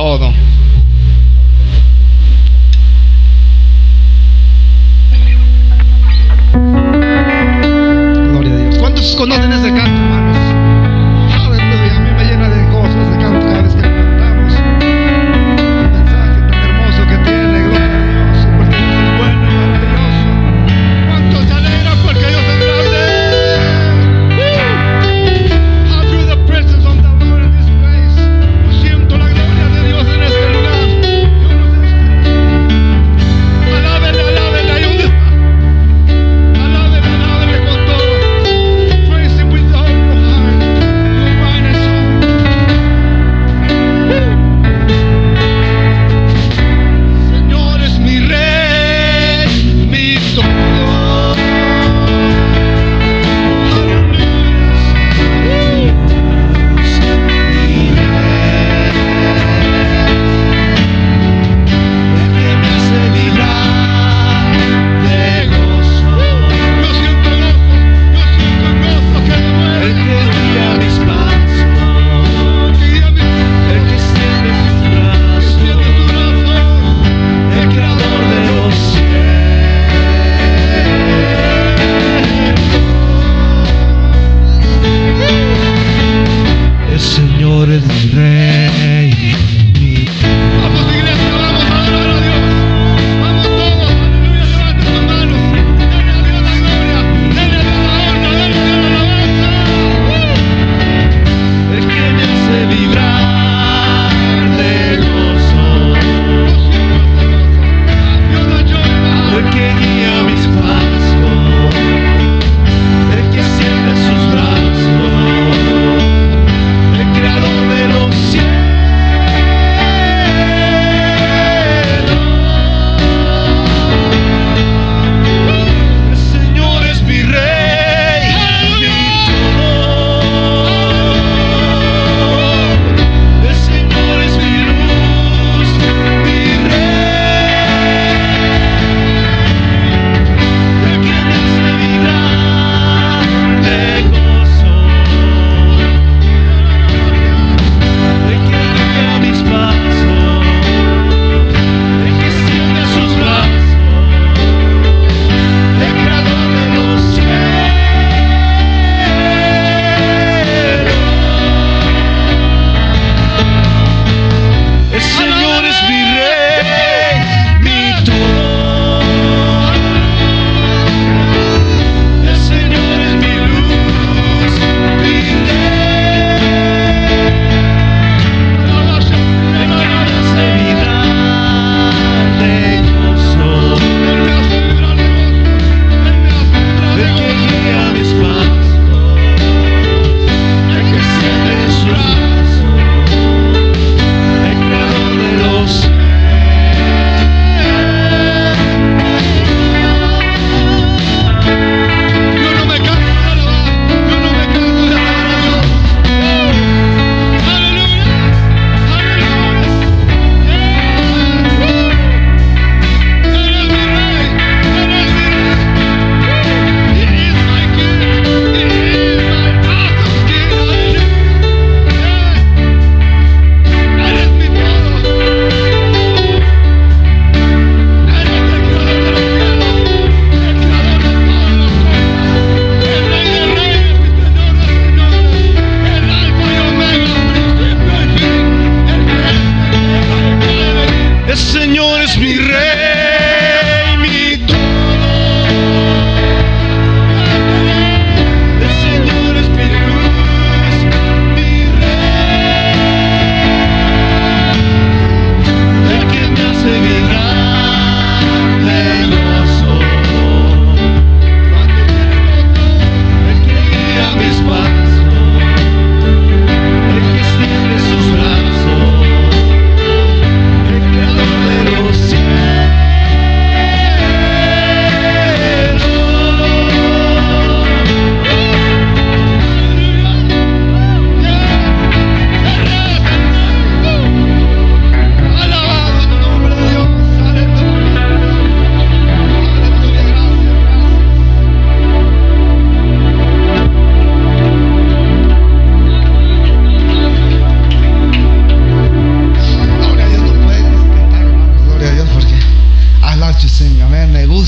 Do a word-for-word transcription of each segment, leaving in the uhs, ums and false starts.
todo. Gloria a Dios. ¿Cuántos conocen ese canto, hermanos? Aleluya, a mí me llena de cosas de canto cada vez que cantamos. Un mensaje tan hermoso que tiene, gloria a Dios, porque Dios es bueno y maravilloso. ¿Cuántos se alegran porque Dios es grande? I feel the presence of the Lord in this place. Yo siento la gloria de Dios en este lugar. Yo no sé. Alábenle, alábenle, ahí donde está. Alábenle, alábenle con todo. Praise Him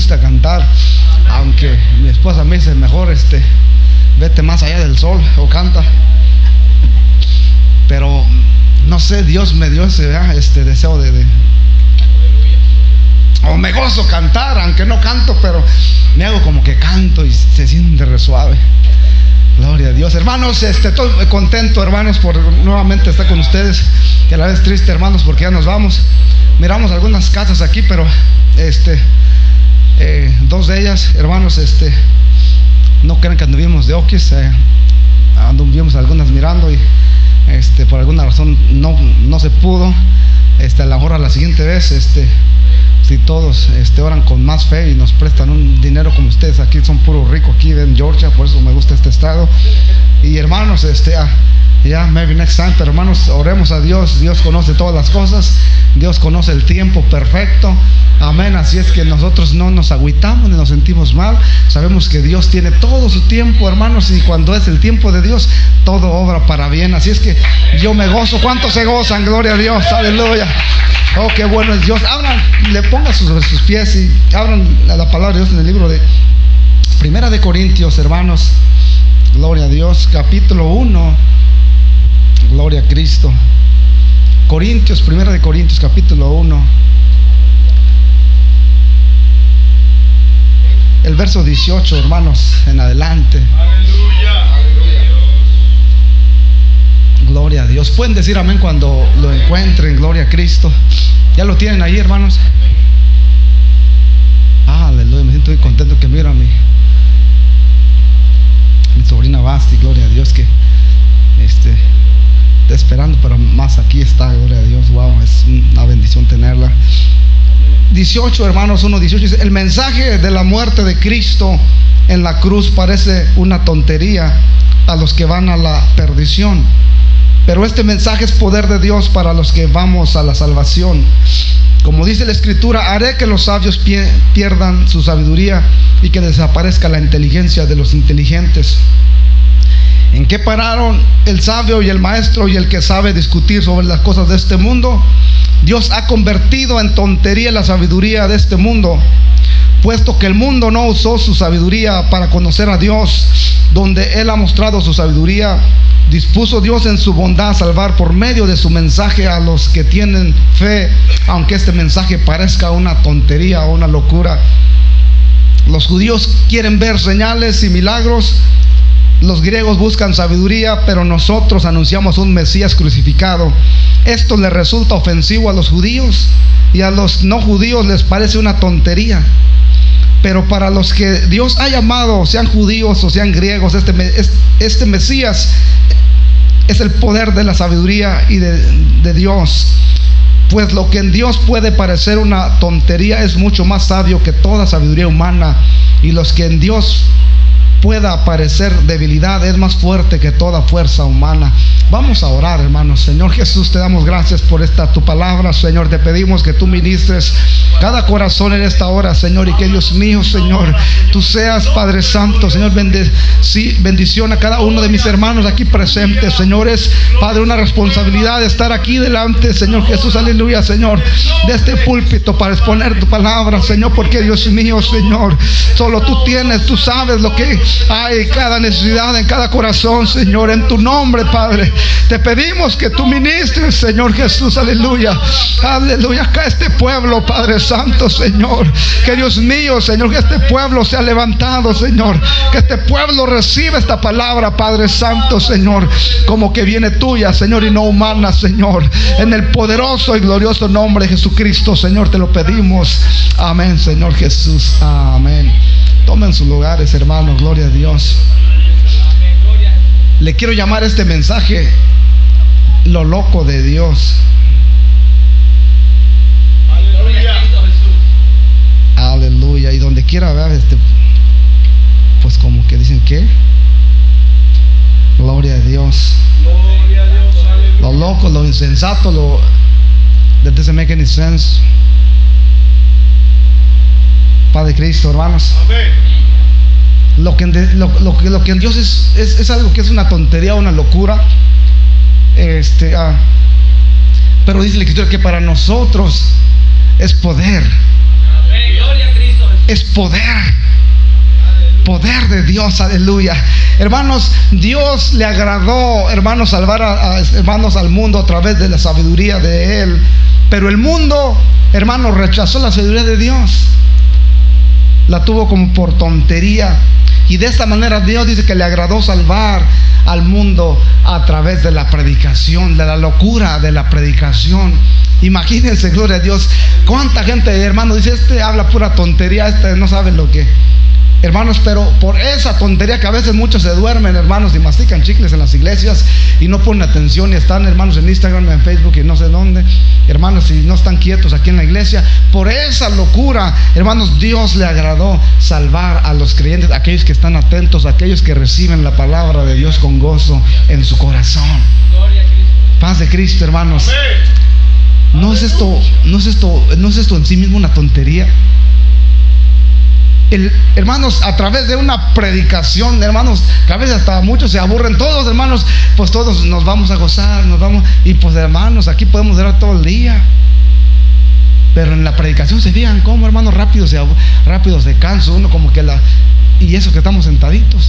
gusta cantar, aunque mi esposa me dice mejor este, vete más allá del sol o canta. Pero no sé, Dios me dio ese este deseo de, de o me gozo cantar, aunque no canto, pero me hago como que canto y se siente re suave. Gloria a Dios, hermanos. Este, estoy contento, hermanos, por nuevamente estar con ustedes. Que a la vez triste, hermanos, porque ya nos vamos. Miramos algunas casas aquí, pero este, eh, dos de ellas, hermanos, este, no crean que anduvimos de oquis, eh, anduvimos algunas mirando y este, por alguna razón no, no se pudo. Este, a la hora la siguiente vez, este, si todos este, oran con más fe y nos prestan un dinero como ustedes, aquí son puro rico aquí en Georgia, por eso me gusta este estado. Y hermanos, este, ya, yeah, maybe next time, pero hermanos, oremos a Dios. Dios conoce todas las cosas, Dios conoce el tiempo perfecto, amén. Así es que nosotros no nos agüitamos ni nos sentimos mal, sabemos que Dios tiene todo su tiempo, hermanos, y cuando es el tiempo de Dios, todo obra para bien. Así es que yo me gozo. ¿Cuántos se gozan? Gloria a Dios, aleluya. Oh, qué bueno es Dios. Abran, le pongan sobre sus pies y abran la, la palabra de Dios en el libro de Primera de Corintios, hermanos. Gloria a Dios, capítulo uno. Gloria a Cristo. Corintios, Primera de Corintios, capítulo uno. El verso dieciocho, hermanos, en adelante. Aleluya. Gloria a Dios. Pueden decir amén cuando lo encuentren. Gloria a Cristo. ¿Ya lo tienen ahí, hermanos? Aleluya. Me siento muy contento que mira a mi, mi sobrina Basti. Gloria a Dios, que este, está esperando, pero más aquí está. Gloria a Dios. Wow, es una bendición tenerla. dieciocho, hermanos, uno dieciocho dice: el mensaje de la muerte de Cristo en la cruz parece una tontería a los que van a la perdición, pero este mensaje es poder de Dios para los que vamos a la salvación. Como dice la Escritura: haré que los sabios pierdan su sabiduría y que desaparezca la inteligencia de los inteligentes. ¿En qué pararon el sabio y el maestro y el que sabe discutir sobre las cosas de este mundo? Dios ha convertido en tontería la sabiduría de este mundo, puesto que el mundo no usó su sabiduría para conocer a Dios. Donde Él ha mostrado su sabiduría, dispuso Dios en su bondad salvar por medio de su mensaje a los que tienen fe, aunque este mensaje parezca una tontería o una locura. Los judíos quieren ver señales y milagros, los griegos buscan sabiduría, pero nosotros anunciamos un Mesías crucificado. Esto les resulta ofensivo a los judíos y a los no judíos les parece una tontería. Pero para los que Dios ha llamado, sean judíos o sean griegos, este, este Mesías es el poder de la sabiduría y de, de Dios. Pues lo que en Dios puede parecer una tontería es mucho más sabio que toda sabiduría humana, y los que en Dios pueda parecer debilidad es más fuerte que toda fuerza humana. Vamos a orar, hermanos. Señor Jesús, te damos gracias por esta tu palabra, Señor. Te pedimos que tú ministres cada corazón en esta hora, Señor, y que Dios mío, Señor, tú seas, Padre Santo, Señor, bendic- bendición a cada uno de mis hermanos aquí presentes, Señor. Es, Padre, una responsabilidad de estar aquí delante, Señor Jesús, aleluya, Señor, de este púlpito para exponer tu palabra, Señor, porque Dios mío, Señor, solo tú tienes, tú sabes lo que hay, cada necesidad en cada corazón, Señor. En tu nombre, Padre, te pedimos que tú ministres, Señor Jesús, aleluya, aleluya, acá este pueblo, Padre Santo, Señor, que Dios mío, Señor, que este pueblo sea levantado, Señor, que este pueblo reciba esta palabra, Padre Santo, Señor, como que viene tuya, Señor, y no humana, Señor, en el poderoso y glorioso nombre de Jesucristo, Señor, te lo pedimos. Amén, Señor Jesús, amén. Tomen sus lugares, hermanos, gloria a Dios. Le quiero llamar a este mensaje lo loco de Dios. Aleluya. Aleluya. Y donde quiera ver, este, pues como que dicen que gloria a Dios. Gloria a Dios. Aleluya. Lo loco, lo insensato, lo that doesn't make any sense. Padre Cristo, hermanos. Amén. Lo que, en, lo, lo, lo que en Dios es, es, es algo que es una tontería, una locura. Este, ah, pero dice la Escritura que para nosotros es poder. Amén. Gloria a Cristo Jesús. es poder. Poder de Dios, aleluya. Hermanos, Dios le agradó, hermanos, salvar a, a, hermanos, al mundo a través de la sabiduría de Él. Pero el mundo, hermanos, rechazó la sabiduría de Dios. La tuvo como por tontería. Y de esta manera Dios dice que le agradó salvar al mundo a través de la predicación, de la locura de la predicación. Imagínense, gloria a Dios, cuánta gente, hermanos, dice: este habla pura tontería, este no sabe lo que... Hermanos, pero por esa tontería que a veces muchos se duermen, hermanos, y mastican chicles en las iglesias y no ponen atención, y están, hermanos, en Instagram, en Facebook y no sé dónde, hermanos, y no están quietos aquí en la iglesia. Por esa locura, hermanos, Dios le agradó salvar a los creyentes, aquellos que están atentos, aquellos que reciben la palabra de Dios con gozo en su corazón. Paz de Cristo, hermanos. ¿No es esto, no es esto, no es esto en sí mismo una tontería? El, hermanos, a través de una predicación, hermanos, que a veces hasta muchos se aburren, todos, hermanos, pues todos nos vamos a gozar, nos vamos, y pues, hermanos, aquí podemos durar todo el día. Pero en la predicación se fijan cómo, hermanos, rápido se, rápido se cansa uno, como que la, y eso que estamos sentaditos.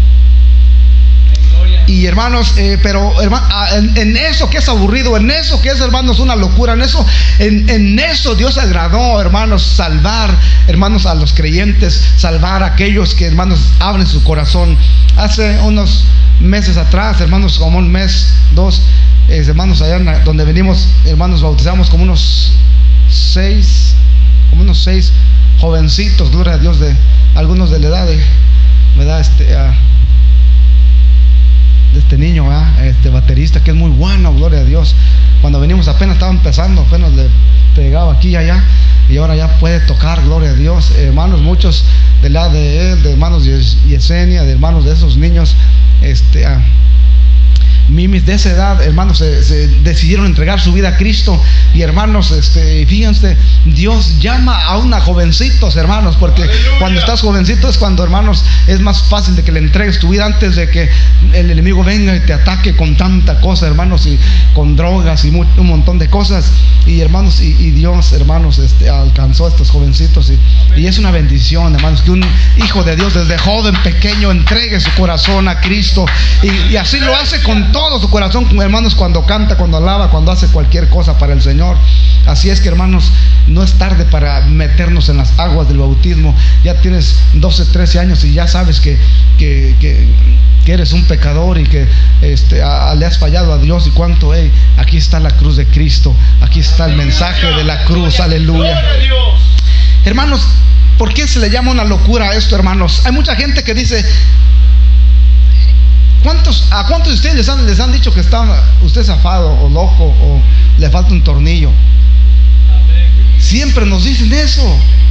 Y hermanos, eh, pero hermano, en, en eso que es aburrido, en eso que es, hermanos, una locura, en eso, en, en eso Dios agradó, hermanos, salvar, hermanos, a los creyentes, salvar a aquellos que, hermanos, abren su corazón. Hace unos meses atrás, hermanos, como un mes, dos, eh, hermanos, allá en, donde venimos, hermanos, bautizamos como unos seis, como unos seis jovencitos, gloria a Dios, de algunos de la edad de, ¿verdad? Este, uh, de este niño, ¿eh? este baterista que es muy bueno, gloria a Dios. Cuando venimos apenas estaba empezando, apenas le pegaba aquí y allá, y ahora ya puede tocar, gloria a Dios. Hermanos, muchos del lado de él, de hermanos Yesenia, de hermanos de esos niños, este, uh, mimis de esa edad, hermanos, se, se decidieron entregar su vida a Cristo. Y hermanos, este, fíjense, Dios llama a una jovencitos, hermanos, porque ¡aleluya! Cuando estás jovencito es cuando, hermanos, es más fácil de que le entregues tu vida antes de que el enemigo venga y te ataque con tanta cosa, hermanos, y con drogas y muy, un montón de cosas. Y hermanos, y, y Dios, hermanos, este, alcanzó a estos jovencitos, y, y es una bendición, hermanos, que un hijo de Dios desde joven, pequeño, entregue su corazón a Cristo, y, y así lo hace con todo su corazón, hermanos, cuando canta, cuando alaba, cuando hace cualquier cosa para el Señor. Así es que, hermanos, no es tarde para meternos en las aguas del bautismo. Ya tienes doce, trece años y ya sabes que, que, que, que eres un pecador y que este, a, a, le has fallado a Dios. Y cuánto, hey, aquí está la cruz de Cristo, aquí está el mensaje de la cruz, aleluya. Hermanos, ¿por qué se le llama una locura a esto, hermanos? Hay mucha gente que dice: ¿Cuántos, ¿A cuántos de ustedes les han, les han dicho que está usted zafado o loco o le falta un tornillo? Siempre nos dicen eso.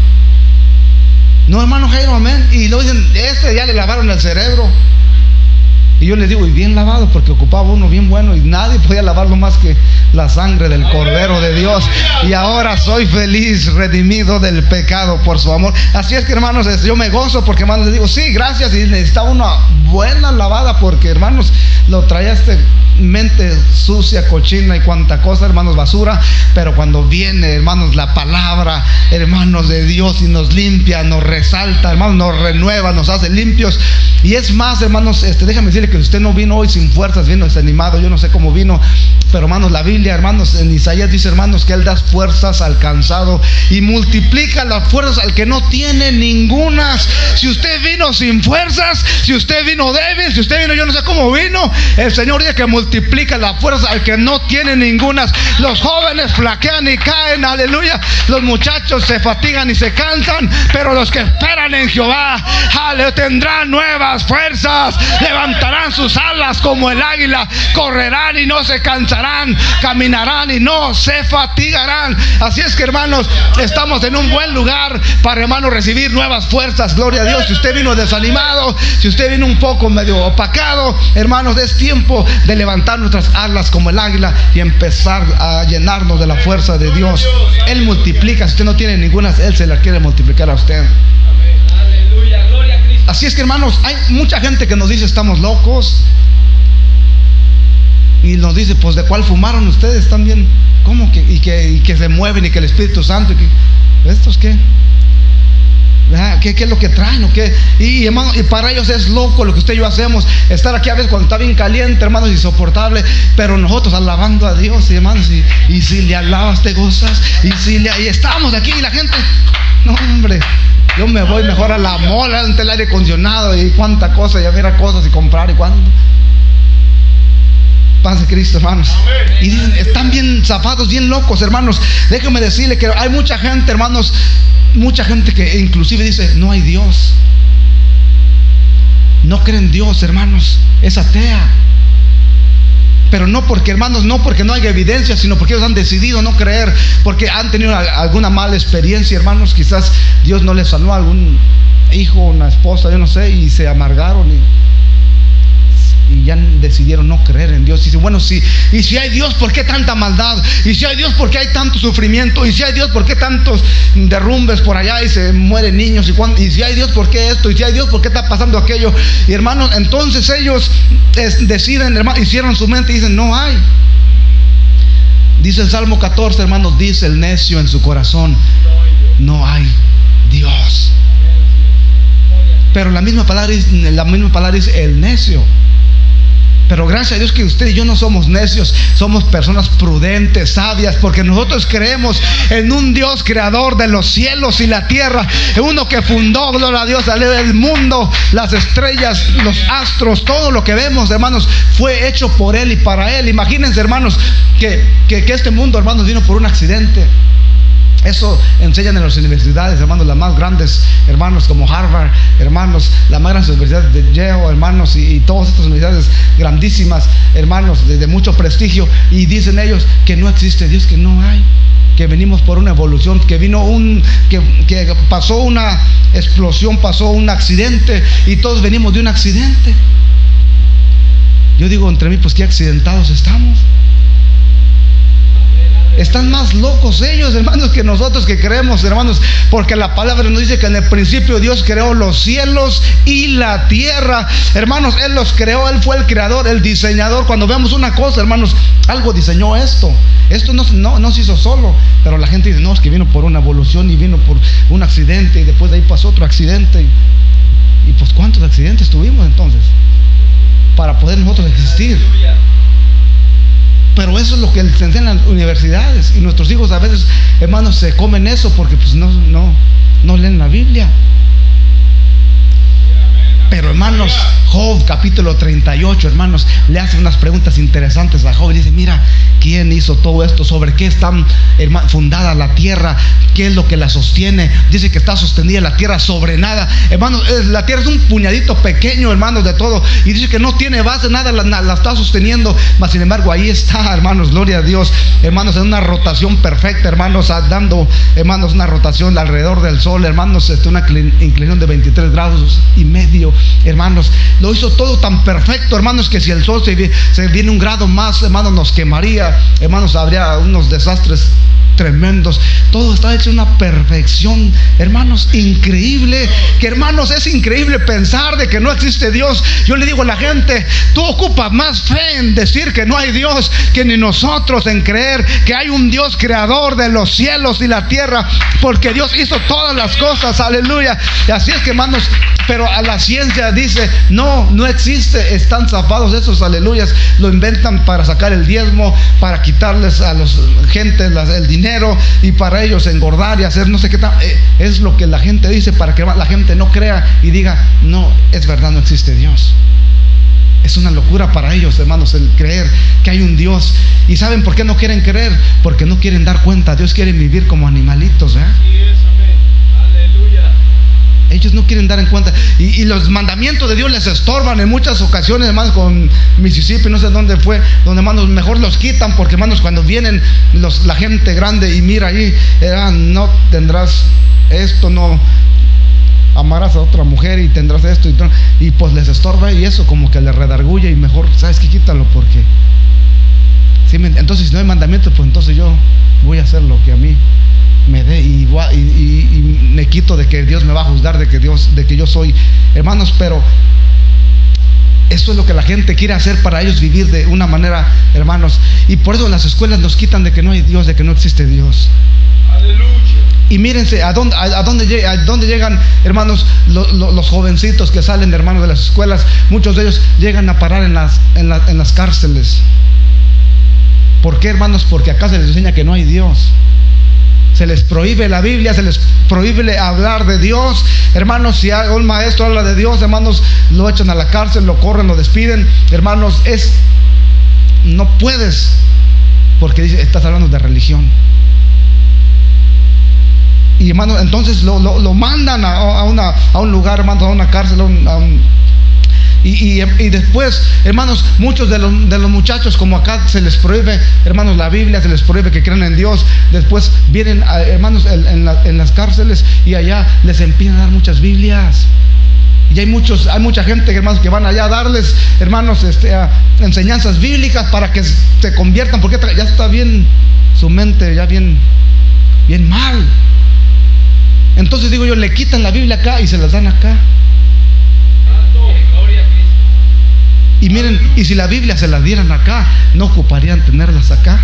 No, hermano Jairo, amén. Y luego dicen: este ya le lavaron el cerebro. Y yo les digo: y bien lavado, porque ocupaba uno bien bueno y nadie podía lavarlo más que la sangre del Cordero de Dios. Y ahora soy feliz, redimido del pecado por su amor. Así es que, hermanos, yo me gozo porque, hermanos, les digo: sí, gracias. Y necesitaba una buena lavada porque, hermanos, lo traía este mente sucia, cochina y cuanta cosa, hermanos, basura. Pero cuando viene, hermanos, la palabra, hermanos, de Dios, y nos limpia, nos resalta, hermanos, nos renueva, nos hace limpios. Y es más, hermanos, este, déjame decirle que usted no vino hoy sin fuerzas, vino desanimado. Yo no sé cómo vino, pero, hermanos, la Biblia, hermanos, en Isaías dice, hermanos, que Él da fuerzas al cansado y multiplica las fuerzas al que no tiene ningunas. Si usted vino sin fuerzas, si usted vino débil, si usted vino, yo no sé cómo vino, el Señor dice que multiplica las fuerzas al que no tiene ningunas. Los jóvenes flaquean y caen, aleluya. Los muchachos se fatigan y se cansan, pero los que esperan en Jehová, aleluya, tendrán nuevas fuerzas, levantarán sus alas como el águila, correrán y no se cansarán, caminarán y no se fatigarán. Así es que, hermanos, estamos en un buen lugar para, hermanos, recibir nuevas fuerzas, gloria a Dios. Si usted vino desanimado, si usted vino un poco medio opacado, hermanos, es tiempo de levantar nuestras alas como el águila y empezar a llenarnos de la fuerza de Dios. Él multiplica. Si usted no tiene ninguna, Él se la quiere multiplicar a usted. Así es que, hermanos, hay mucha gente que nos dice: estamos locos. Y nos dice: pues ¿de cuál fumaron ustedes también? ¿Cómo que? Y que, y que se mueven y que el Espíritu Santo y que, ¿estos qué? ¿Qué, ¿Qué es lo que traen o qué? Y, hermano, y para ellos es loco lo que usted y yo hacemos. Estar aquí a veces cuando está bien caliente, hermanos, insoportable. Pero nosotros alabando a Dios, hermanos. Y, y si le alabas te gozas. Y si le, y estamos aquí y la gente, no hombre, yo me voy mejor a la mola ante el aire acondicionado y cuánta cosa, ya ver cosas y comprar y cuándo. Paz de Cristo, hermanos. Y dicen, están bien zafados, bien locos, hermanos. Déjenme decirle que hay mucha gente, hermanos, mucha gente que inclusive dice, no hay Dios. No creen en Dios, hermanos. Es atea. Pero no porque, hermanos, no porque no haya evidencia, sino porque ellos han decidido no creer, porque han tenido alguna mala experiencia, hermanos. Quizás Dios no les sanó a algún hijo, una esposa, yo no sé, y se amargaron y Y ya decidieron no creer en Dios. Y dicen, bueno, sí, y si hay Dios, ¿por qué tanta maldad? Y si hay Dios, ¿por qué hay tanto sufrimiento? Y si hay Dios, ¿por qué tantos derrumbes por allá y se mueren niños? Y, cuando, y si hay Dios, ¿por qué esto? Y si hay Dios, ¿por qué está pasando aquello? Y hermanos, entonces ellos es, deciden, hermanos, hicieron su mente y dicen, no hay. Dice el Salmo catorce, hermanos, dice el necio en su corazón, no hay Dios. Pero la misma palabra, la misma palabra dice el necio. Pero gracias a Dios que usted y yo no somos necios, somos personas prudentes, sabias, porque nosotros creemos en un Dios creador de los cielos y la tierra, en uno que fundó, gloria a Dios, el mundo, las estrellas, los astros, todo lo que vemos, hermanos, fue hecho por Él y para Él. Imagínense, hermanos, que, que, que este mundo, hermanos, vino por un accidente. Eso enseñan en las universidades, hermanos, las más grandes, hermanos, como Harvard, hermanos, las más grandes universidades de Yale, hermanos, y, y todas estas universidades grandísimas, hermanos, de, de mucho prestigio. Y dicen ellos que no existe Dios, que no hay, que venimos por una evolución, que vino un, que, que pasó una explosión, pasó un accidente, y todos venimos de un accidente. Yo digo entre mí, pues qué accidentados estamos. Están más locos ellos, hermanos, que nosotros que creemos, hermanos, porque la palabra nos dice que en el principio Dios creó los cielos y la tierra. Hermanos, Él los creó, Él fue el creador, el diseñador. Cuando vemos una cosa, hermanos, algo diseñó esto. Esto no, no, no se hizo solo, pero la gente dice, no, es que vino por una evolución y vino por un accidente y después de ahí pasó otro accidente. Y, y pues ¿cuántos accidentes tuvimos entonces para poder nosotros existir? Pero eso es lo que se enseña en las universidades. Y nuestros hijos a veces, hermanos, se comen eso porque pues no, no, no leen la Biblia. Pero hermanos, Job capítulo treinta y ocho, hermanos, le hace unas preguntas interesantes a Job. Y dice, mira, ¿quién hizo todo esto? ¿Sobre qué está fundada la tierra? ¿Qué es lo que la sostiene? Dice que está sostenida la tierra sobre nada. Hermanos, la tierra es un puñadito pequeño, hermanos, de todo. Y dice que no tiene base, nada la, la está sosteniendo. Mas sin embargo, ahí está, hermanos, gloria a Dios. Hermanos, en una rotación perfecta, hermanos, dando, hermanos, una rotación alrededor del sol. Hermanos, este, una inclinación de veintitrés grados y medio. Hermanos, lo hizo todo tan perfecto, hermanos, que si el sol se, se viene un grado más, hermanos, nos quemaría. Hermanos, habría unos desastres tremendos. Todo está hecho en una perfección, hermanos, increíble. Que hermanos, es increíble pensar de que no existe Dios. Yo le digo a la gente, tú ocupas más fe en decir que no hay Dios que ni nosotros en creer que hay un Dios creador de los cielos y la tierra, porque Dios hizo todas las cosas, aleluya. Y así es que, hermanos, pero a la ciencia dice, no, no existe. Están zafados esos, aleluyas. Lo inventan para sacar el diezmo, para quitarles a los gentes las, el dinero, y para ellos engordar y hacer no sé qué tal. Es lo que la gente dice para que la gente no crea y diga, no, es verdad, no existe Dios. Es una locura para ellos, hermanos, el creer que hay un Dios. ¿Y saben por qué no quieren creer? Porque no quieren dar cuenta. Dios quiere vivir como animalitos, ¿eh? Ellos no quieren dar en cuenta. Y, y los mandamientos de Dios les estorban en muchas ocasiones, hermanos, con Mississippi, no sé dónde fue, donde, hermanos, mejor los quitan, porque, hermanos, cuando vienen los, la gente grande y mira ahí, eh, no tendrás esto, no amarás a otra mujer y tendrás esto, y, y pues les estorba y eso como que les redarguye y mejor, ¿sabes qué? Quítalo porque... ¿sí? Entonces, si no hay mandamientos, pues entonces yo voy a hacer lo que a mí me dé y, y, y, y me quito de que Dios me va a juzgar, de que Dios, de que yo soy, hermanos. Pero eso es lo que la gente quiere hacer para ellos vivir de una manera, hermanos. Y por eso las escuelas nos quitan de que no hay Dios, de que no existe Dios. Aleluya. y mírense a dónde, a, a dónde, a dónde llegan, hermanos, lo, lo, los jovencitos que salen, hermanos, de las escuelas. Muchos de ellos llegan a parar en las, en, la, en las cárceles. ¿Por qué, hermanos? Porque acá se les enseña que no hay Dios. Se les prohíbe la Biblia, se les prohíbe hablar de Dios. Hermanos, si un maestro habla de Dios, hermanos, lo echan a la cárcel, lo corren, lo despiden. Hermanos, es no puedes, porque dice, estás hablando de religión. Y hermanos, entonces lo, lo, lo mandan a, a, una, a un lugar, hermanos, a una cárcel, a un, a un, y, y, y después, hermanos, muchos de los, de los muchachos, como acá se les prohíbe, hermanos, la Biblia, se les prohíbe que crean en Dios. Después vienen, a, hermanos, en, en, la, en las cárceles, y allá les empiezan a dar muchas Biblias. Y hay muchos, hay mucha gente, hermanos, que van allá a darles, hermanos, este, a, enseñanzas bíblicas para que se conviertan, porque ya está bien su mente, ya bien, bien mal. Entonces digo yo, le quitan la Biblia acá y se las dan acá. Y miren, y si la Biblia se la dieran acá, no ocuparían tenerlas acá.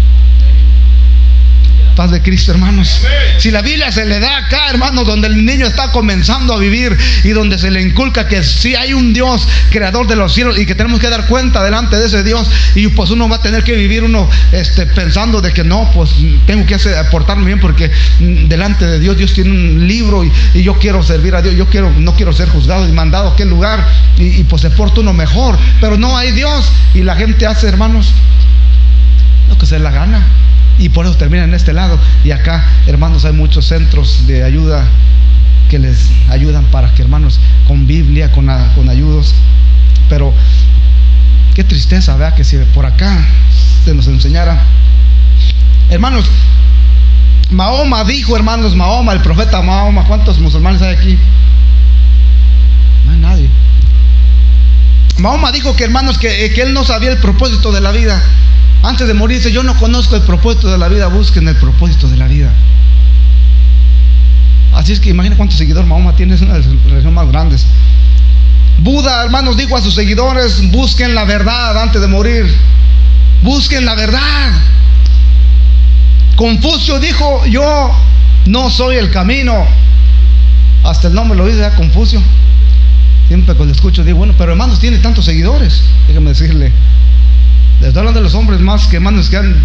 Paz de Cristo, hermanos. Si la Biblia se le da acá, hermanos, donde el niño está comenzando a vivir y donde se le inculca que sí hay un Dios creador de los cielos y que tenemos que dar cuenta delante de ese Dios, y pues uno va a tener que vivir uno este, pensando de que no, pues tengo que hacer, portarme bien, porque delante de Dios, Dios tiene un libro y, y yo quiero servir a Dios, yo quiero, no quiero ser juzgado y mandado a aquel lugar, y, y pues se porta uno mejor, pero no hay Dios y la gente hace, hermanos, lo que se le gana. Y por eso termina en este lado. Y acá, hermanos, hay muchos centros de ayuda que les ayudan para que, hermanos, con Biblia, con, con ayudos. Pero qué tristeza, ¿verdad? Que si por acá se nos enseñara. Hermanos, Mahoma dijo, hermanos, Mahoma, el profeta Mahoma. ¿Cuántos musulmanes hay aquí? No hay nadie. Mahoma dijo que, hermanos, que, que él no sabía el propósito de la vida. Antes de morir dice, yo no conozco el propósito de la vida, busquen el propósito de la vida. Así es que imaginen cuántos seguidores Mahoma tiene, es una de las religiones más grandes. Buda, hermanos, dijo a sus seguidores, busquen la verdad antes de morir. Busquen la verdad. Confucio dijo, yo no soy el camino. Hasta el nombre lo dice, ¿eh? Confucio. Siempre cuando escucho digo, bueno, pero hermanos, tiene tantos seguidores. Déjame decirle, les estoy hablando de los hombres más que hermanos que han,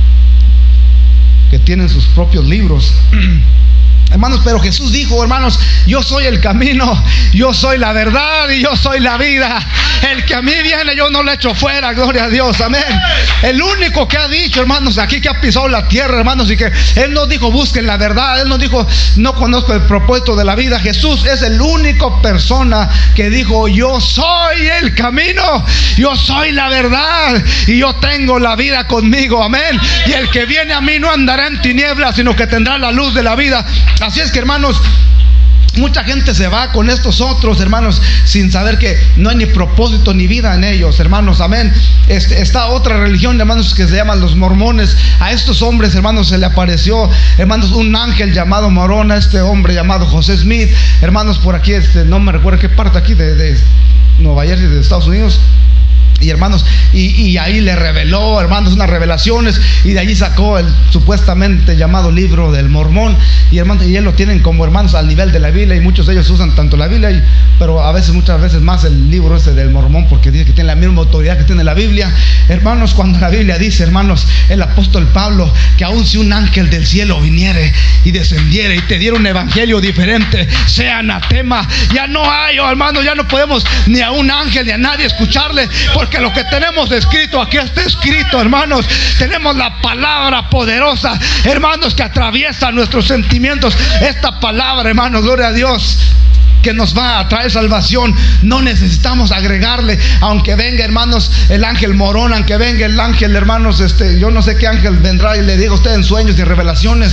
que tienen sus propios libros. Hermanos, pero Jesús dijo, hermanos, yo soy el camino, yo soy la verdad y yo soy la vida. El que a mí viene, yo no le echo fuera, gloria a Dios, amén. El único que ha dicho, hermanos, aquí que ha pisado la tierra, hermanos, y que Él nos dijo, busquen la verdad. Él nos dijo, no conozco el propósito de la vida. Jesús es el único persona que dijo, yo soy el camino, yo soy la verdad y yo tengo la vida conmigo, amén. Y el que viene a mí no andará en tinieblas, sino que tendrá la luz de la vida. Así es que, hermanos, mucha gente se va con estos otros, hermanos, sin saber que no hay ni propósito ni vida en ellos, hermanos, amén. Este, esta otra religión, hermanos, que se llaman los mormones. A estos hombres, hermanos, se le apareció, hermanos, un ángel llamado Morón, a este hombre llamado José Smith, hermanos, por aquí, este, no me recuerdo qué parte aquí de, de Nueva Jersey, de Estados Unidos. Y hermanos, y, y ahí le reveló, hermanos, unas revelaciones, y de allí sacó el supuestamente llamado libro del Mormón. Y hermanos, y él lo tienen como, hermanos, al nivel de la Biblia, y muchos de ellos usan tanto la Biblia, y, pero a veces, muchas veces más el libro ese del Mormón, porque dice que tiene la misma autoridad que tiene la Biblia. Hermanos, cuando la Biblia dice, hermanos, el apóstol Pablo, que aun si un ángel del cielo viniere y descendiere y te diera un evangelio diferente, sea anatema. Ya no hay, oh, hermanos, ya no podemos ni a un ángel ni a nadie escucharle, porque que lo que tenemos escrito aquí está escrito, hermanos. Tenemos la palabra poderosa, hermanos, que atraviesa nuestros sentimientos. Esta palabra, hermanos, gloria a Dios, que nos va a traer salvación. No necesitamos agregarle, aunque venga, hermanos, el ángel Morón, aunque venga el ángel, hermanos, este, yo no sé qué ángel vendrá y le diga a usted en sueños y revelaciones,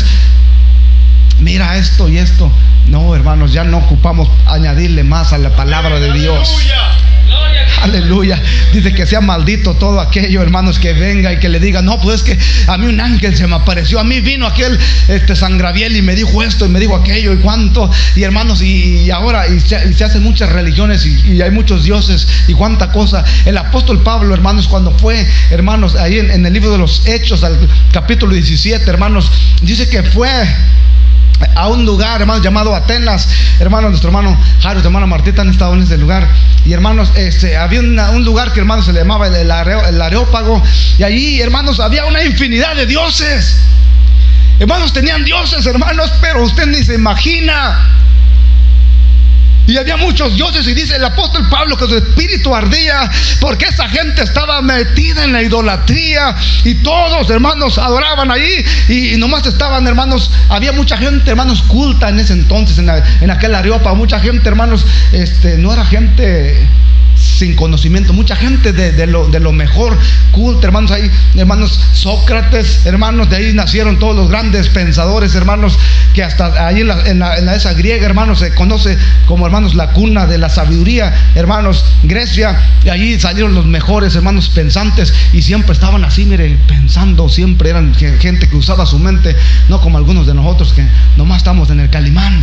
mira esto y esto. No, hermanos, ya no ocupamos añadirle más a la palabra de Dios. Aleluya. Dice que sea maldito todo aquello, hermanos, que venga y que le diga, no, pues es que a mí un ángel se me apareció, a mí vino aquel este San Gabriel y me dijo esto y me dijo aquello y cuánto. Y hermanos, y, y ahora y se, y se hacen muchas religiones y, y hay muchos dioses y cuánta cosa. El apóstol Pablo, hermanos, cuando fue, hermanos, ahí en, en el libro de los Hechos, al capítulo diecisiete, hermanos, dice que fue a un lugar, hermanos, llamado Atenas. Hermanos, nuestro hermano Jairo, nuestra hermana Martita han estado en ese lugar. Y hermanos, este, había una, un lugar que, hermanos, se le llamaba el, el, Areo, el Areópago. Y allí, hermanos, había una infinidad de dioses. Hermanos, tenían dioses, hermanos, pero usted ni se imagina. Y había muchos dioses, y dice el apóstol Pablo que su espíritu ardía porque esa gente estaba metida en la idolatría, y todos, hermanos, adoraban ahí, y, y nomás estaban, hermanos, había mucha gente, hermanos, culta en ese entonces, en, la, en aquel Areópago. Mucha gente, hermanos, este, no era gente sin conocimiento, mucha gente de, de, lo, de lo mejor, culto, hermanos. Ahí, hermanos, Sócrates, hermanos, de ahí nacieron todos los grandes pensadores, hermanos, que hasta ahí en la, en la, en la esa griega, hermanos, se conoce como, hermanos, la cuna de la sabiduría, hermanos, Grecia. Y allí salieron los mejores, hermanos, pensantes, y siempre estaban así, mire, pensando. Siempre eran gente que usaba su mente, no como algunos de nosotros que nomás estamos en el Calimán.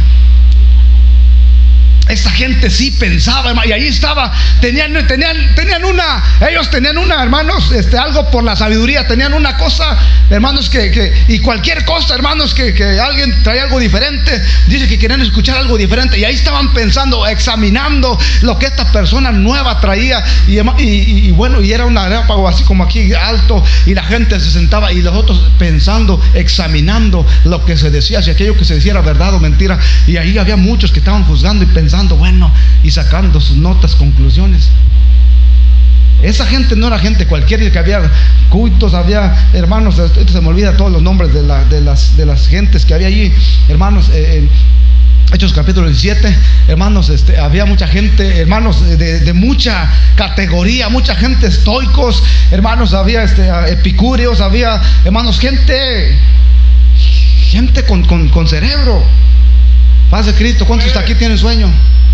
Esta gente sí pensaba, hermano, y ahí estaba, tenían, tenían, tenían una, ellos tenían una, hermanos, este, algo por la sabiduría, tenían una cosa, hermanos, que, que y cualquier cosa, hermanos, que, que alguien traía algo diferente, dice que querían escuchar algo diferente, y ahí estaban pensando, examinando lo que esta persona nueva traía, y, y, y, y bueno, y era un areópago así como aquí alto, y la gente se sentaba, y los otros pensando, examinando lo que se decía, si aquello que se decía era verdad o mentira, y ahí había muchos que estaban juzgando y pensando, bueno, y sacando sus notas, conclusiones. Esa gente no era gente cualquiera, que había cultos, había, hermanos, esto se me olvida todos los nombres de, la, de, las, de las gentes que había allí, hermanos. eh, Hechos capítulo diecisiete, hermanos, este, había mucha gente, hermanos, de, de mucha categoría, mucha gente estoicos, hermanos, había este, epicúreos, había, hermanos, gente, gente con, con, con cerebro. Paz de Cristo. ¿Cuántos hasta aquí tienen sueño?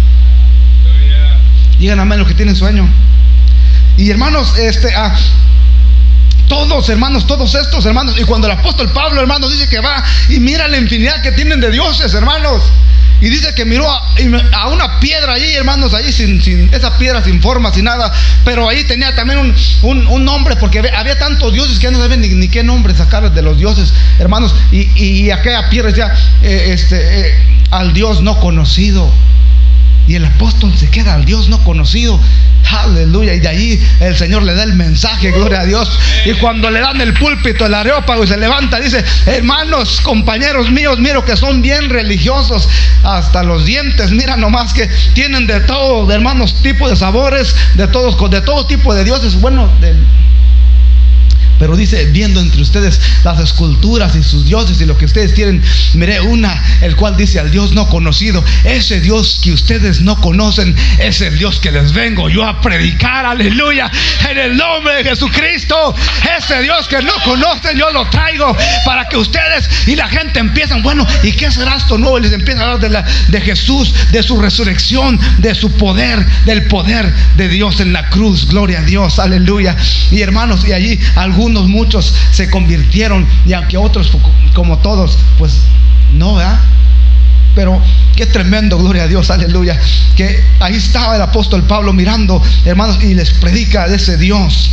Digan amén los que tienen sueño. Y hermanos, este, ah, todos, hermanos, todos estos, hermanos, y cuando el apóstol Pablo, hermanos, dice que va y mira la infinidad que tienen de dioses, hermanos, y dice que miró a, a una piedra allí, hermanos, allí sin, sin esa piedra, sin forma, sin nada, pero ahí tenía también un, un, un nombre, porque había, había tantos dioses que ya no saben ni, ni qué nombre sacar de los dioses, hermanos. Y, y, y aquella piedra decía, eh, este, eh, al Dios no conocido. Y el apóstol se queda al Dios no conocido. Aleluya. Y de ahí el Señor le da el mensaje, gloria a Dios. Y cuando le dan el púlpito, el Areópago, y se levanta, dice: hermanos, compañeros míos, miro que son bien religiosos hasta los dientes. Mira nomás que tienen de todo, de hermanos, tipo de sabores, de todos, de todo tipo de dioses. Bueno, de, pero dice, viendo entre ustedes las esculturas y sus dioses y lo que ustedes tienen, miré una, el cual dice al Dios no conocido. Ese Dios que ustedes no conocen es el Dios que les vengo yo a predicar, aleluya, en el nombre de Jesucristo. Ese Dios que no conocen, yo lo traigo para que ustedes y la gente empiezan, bueno, ¿y qué será esto nuevo? Y les empiezan a hablar de, la, de Jesús, de su resurrección, de su poder, del poder de Dios en la cruz, gloria a Dios, aleluya. Y hermanos, y allí algunos, muchos se convirtieron, y aunque otros, como todos, pues no, ¿verdad? Pero qué tremendo, gloria a Dios, aleluya, que ahí estaba el apóstol Pablo mirando, hermanos, y les predica de ese Dios.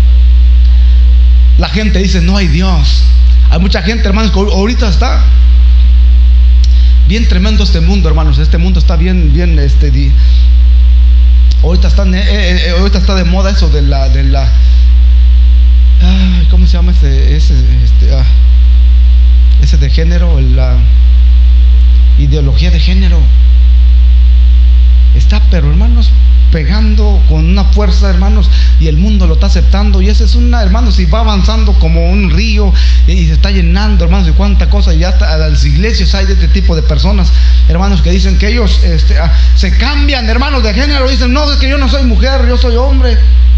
La gente dice, no hay Dios. Hay mucha gente, hermanos, que ahorita está bien tremendo este mundo, hermanos. Este mundo está bien, bien, este, di, ahorita está, eh, eh, ahorita está de moda eso de la, de la Ay, ¿cómo se llama ese, ese, este, ah, ese de género? La ideología de género. Está, pero hermanos, pegando con una fuerza, hermanos, y el mundo lo está aceptando. Y esa es una, hermanos, y va avanzando como un río, y, y se está llenando, hermanos, y cuánta cosa. Y hasta a las iglesias hay de este tipo de personas, hermanos, que dicen que ellos este, ah, se cambian, hermanos, de género. Dicen, no, es que yo no soy mujer, yo soy hombre.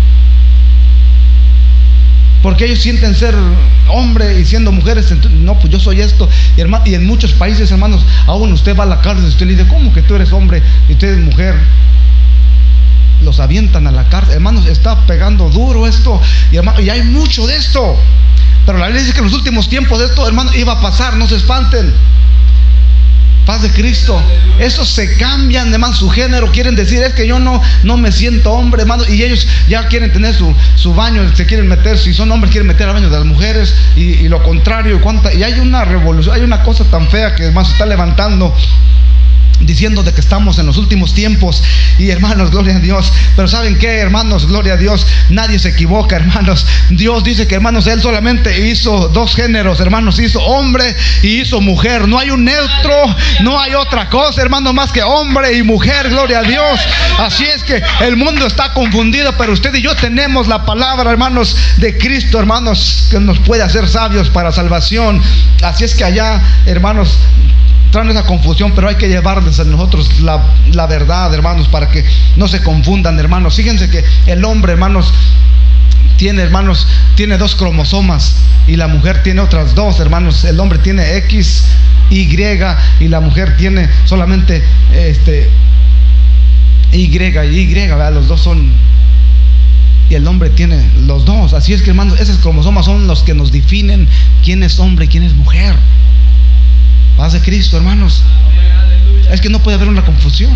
Porque ellos sienten ser hombre, y siendo mujeres, no, pues yo soy esto. Y, hermano, y en muchos países, hermanos, aún usted va a la cárcel y usted le dice, ¿cómo que tú eres hombre y usted es mujer? Los avientan a la cárcel. Hermanos, está pegando duro esto. Y, hermano, y hay mucho de esto. Pero la Biblia dice que en los últimos tiempos esto, hermanos, iba a pasar, no se espanten. Paz de Cristo. Estos se cambian, hermano, su género. Quieren decir, es que yo no, no me siento hombre, hermano. Y ellos ya quieren tener su, su baño, se quieren meter, si son hombres quieren meter al baño de las mujeres. Y, y lo contrario. ¿Cuánta? Y hay una revolución, hay una cosa tan fea que, hermano, se está levantando, diciendo de que estamos en los últimos tiempos. Y hermanos, gloria a Dios. Pero ¿saben qué, hermanos? Gloria a Dios. Nadie se equivoca, hermanos. Dios dice que, hermanos, Él solamente hizo dos géneros, hermanos. Hizo hombre y hizo mujer. No hay un neutro, no hay otra cosa, hermanos, más que hombre y mujer. Gloria a Dios. Así es que el mundo está confundido, pero usted y yo tenemos la palabra, hermanos, de Cristo, hermanos, que nos puede hacer sabios para salvación. Así es que allá, hermanos, traen esa confusión, pero hay que llevarles a nosotros la, la verdad, hermanos, para que no se confundan, hermanos. Fíjense que el hombre, hermanos, tiene, hermanos, tiene dos cromosomas y la mujer tiene otras dos, hermanos. El hombre tiene X, Y y la mujer tiene solamente este Y y Y, ¿verdad? Los dos son, y el hombre tiene los dos. Así es que, hermanos, esos cromosomas son los que nos definen quién es hombre y quién es mujer. Paz de Cristo, hermanos. Es que no puede haber una confusión.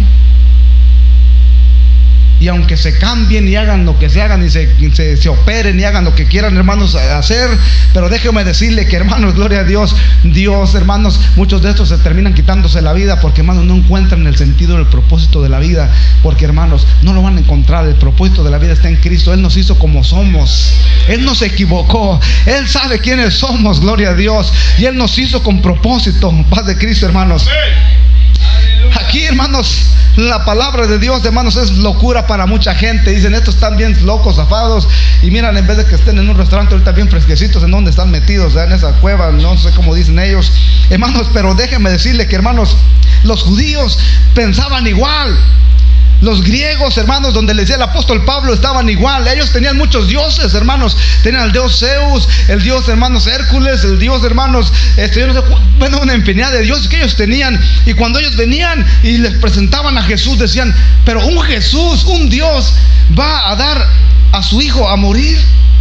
Y aunque se cambien y hagan lo que se hagan y se, se, se operen y hagan lo que quieran, hermanos, hacer, pero déjeme decirle que, hermanos, gloria a Dios, Dios, hermanos, muchos de estos se terminan quitándose la vida porque, hermanos, no encuentran el sentido, el propósito de la vida, porque, hermanos, no lo van a encontrar. El propósito de la vida está en Cristo. Él nos hizo como somos. Él no se equivocó. Él sabe quiénes somos, gloria a Dios, y Él nos hizo con propósito. Paz de Cristo, hermanos. Aquí, hermanos, la palabra de Dios, hermanos, es locura para mucha gente. Dicen, estos están bien locos, zafados. Y miran, en vez de que estén en un restaurante ahorita bien fresquecitos, en donde están metidos, ¿eh? En esa cueva, no sé cómo dicen ellos, hermanos. Pero déjenme decirle que, hermanos, los judíos pensaban igual. Los griegos, hermanos, donde les decía el apóstol Pablo, estaban igual. Ellos tenían muchos dioses, hermanos. Tenían al dios Zeus, el dios, hermanos, Hércules, el dios, hermanos, este, yo no sé, bueno, una infinidad de dioses que ellos tenían. Y cuando ellos venían y les presentaban a Jesús, decían, pero un Jesús, un Dios, va a dar a su hijo a morir.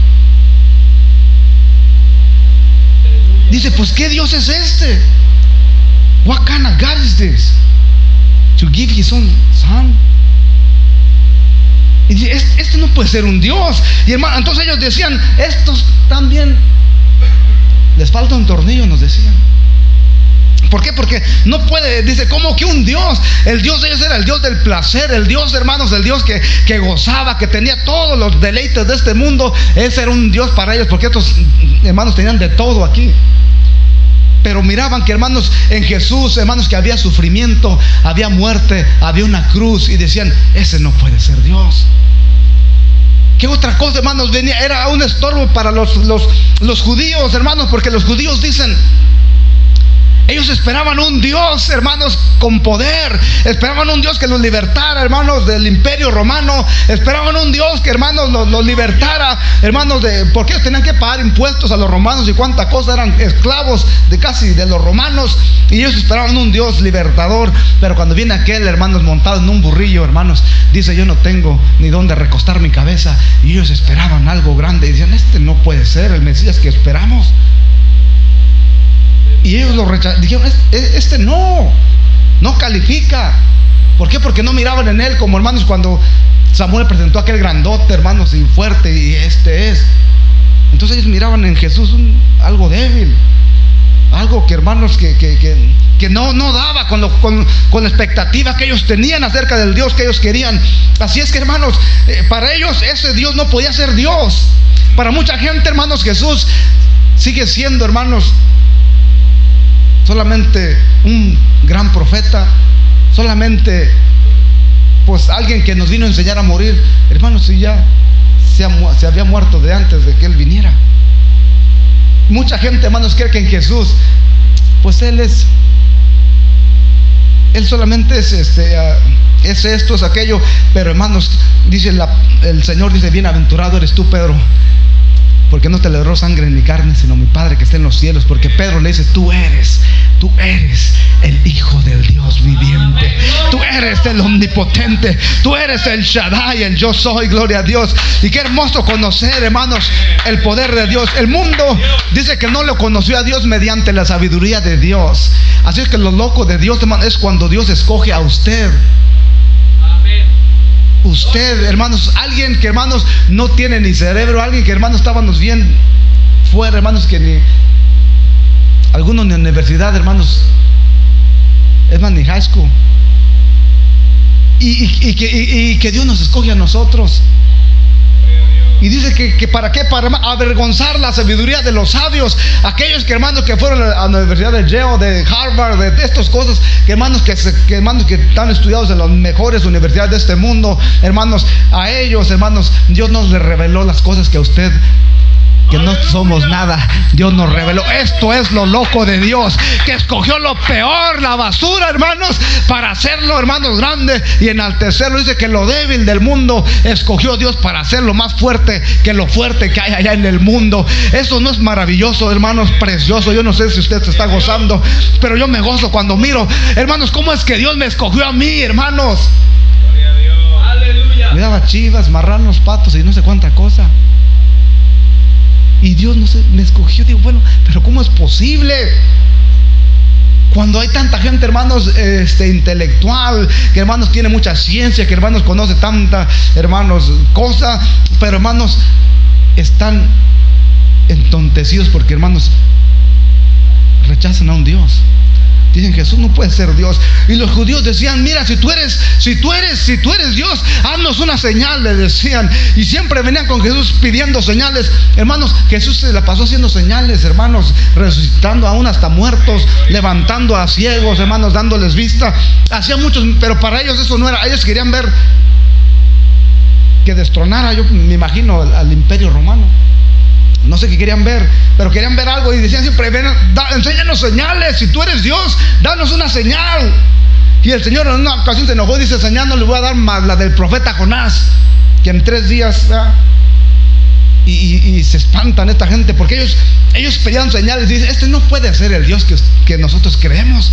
Dice, pues ¿qué Dios es este? What kind of God is this? To give his own son. Y dice, este, este no puede ser un Dios. Y hermano, entonces ellos decían, estos también les falta un tornillo, nos decían. ¿Por qué? Porque no puede, dice, ¿cómo que un Dios? El Dios de ellos era el Dios del placer, el Dios, hermanos, el Dios que, que gozaba, que tenía todos los deleites de este mundo. Ese era un Dios para ellos, porque estos hermanos tenían de todo aquí. Pero miraban que, hermanos, en Jesús, hermanos, que había sufrimiento, había muerte, había una cruz, y decían, ese no puede ser Dios. ¿Qué otra cosa, hermanos, venía? Era un estorbo para los, los, los judíos, hermanos, porque los judíos dicen, ellos esperaban un Dios, hermanos, con poder. Esperaban un Dios que los libertara, hermanos, del imperio romano. Esperaban un Dios que, hermanos, los, los libertara, hermanos, de, porque ellos tenían que pagar impuestos a los romanos y cuánta cosa, eran esclavos de casi de los romanos. Y ellos esperaban un Dios libertador. Pero cuando viene aquel, hermanos, montado en un burrillo, hermanos, dice, yo no tengo ni dónde recostar mi cabeza. Y ellos esperaban algo grande y decían, este no puede ser el Mesías que esperamos. Y ellos lo rechazaron, dijeron, este, este no, no califica. ¿Por qué? Porque no miraban en él como, hermanos, cuando Samuel presentó a aquel grandote, hermanos, y fuerte, y este es. Entonces ellos miraban en Jesús un, algo débil, algo que, hermanos, que, que, que, que no, no daba con, lo, con, con la expectativa que ellos tenían acerca del Dios que ellos querían. Así es que, hermanos, eh, para ellos ese Dios no podía ser Dios. Para mucha gente, hermanos, Jesús sigue siendo, hermanos, solamente un gran profeta, solamente pues alguien que nos vino a enseñar a morir. Hermanos, si ya se, ha, se había muerto de antes de que Él viniera. Mucha gente, hermanos, cree que en Jesús, pues Él es, Él solamente es este, uh, es esto, es aquello. Pero, hermanos, dice la, el Señor, dice, bienaventurado eres tú, Pedro, porque no te le dio sangre ni carne, sino mi Padre que está en los cielos. Porque Pedro le dice, tú eres, tú eres el Hijo del Dios viviente. Tú eres eres el omnipotente, tú eres el Shaddai, el yo soy, gloria a Dios. Y qué hermoso conocer, hermanos, el poder de Dios. El mundo dice que no lo conoció a Dios mediante la sabiduría de Dios. Así es que lo loco de Dios, hermano, es cuando Dios escoge a usted. Usted, hermanos, alguien que, hermanos, no tiene ni cerebro, alguien que, hermanos, estábamos bien fuera, hermanos, que ni algunos ni universidad, hermanos, es más, ni high school. Y, y, y, que, y, y que Dios nos escoge a nosotros. Y dice que, que para qué, para avergonzar la sabiduría de los sabios, aquellos que, hermanos, que fueron a la universidad de Yale, de Harvard, de, de estas cosas, que hermanos que, se, que hermanos que están estudiados en las mejores universidades de este mundo, hermanos, a ellos, hermanos, Dios nos les reveló las cosas que a usted, que no somos nada, Dios nos reveló. Esto es lo loco de Dios, que escogió lo peor, la basura, hermanos, para hacerlo, hermanos, grande y enaltecerlo. Dice que lo débil del mundo escogió Dios para hacerlo más fuerte que lo fuerte que hay allá en el mundo. Eso no es maravilloso, hermanos, precioso. Yo no sé si usted se está gozando, pero yo me gozo cuando miro, hermanos, cómo es que Dios me escogió a mí, hermanos. Gloria a Dios. Aleluya. Me daba chivas, marranos, patos y no sé cuánta cosa. Y Dios, no sé, me escogió. Digo, bueno, pero ¿cómo es posible? Cuando hay tanta gente, hermanos, este, intelectual, que, hermanos, tiene mucha ciencia, que, hermanos, conoce tanta, hermanos, cosa, pero, hermanos, están entontecidos porque, hermanos, rechazan a un Dios. Dicen, Jesús no puede ser Dios. Y los judíos decían, mira, si tú eres, si tú eres, si tú eres Dios, haznos una señal, le decían. Y siempre venían con Jesús pidiendo señales. Hermanos, Jesús se la pasó haciendo señales, hermanos, resucitando aún hasta muertos, levantando a ciegos, hermanos, dándoles vista. Hacía muchos, pero para ellos eso no era. Ellos querían ver que destronara, yo me imagino, al, al imperio romano. No sé qué querían ver, pero querían ver algo y decían siempre, ven, da, enséñanos señales, si tú eres Dios, danos una señal. Y el Señor en una ocasión se enojó y dice, señal no le voy a dar más la del profeta Jonás, que en tres días, ¿verdad? Y, y, y se espantan esta gente porque ellos, ellos pedían señales y dicen, este no puede ser el Dios que, que nosotros creemos.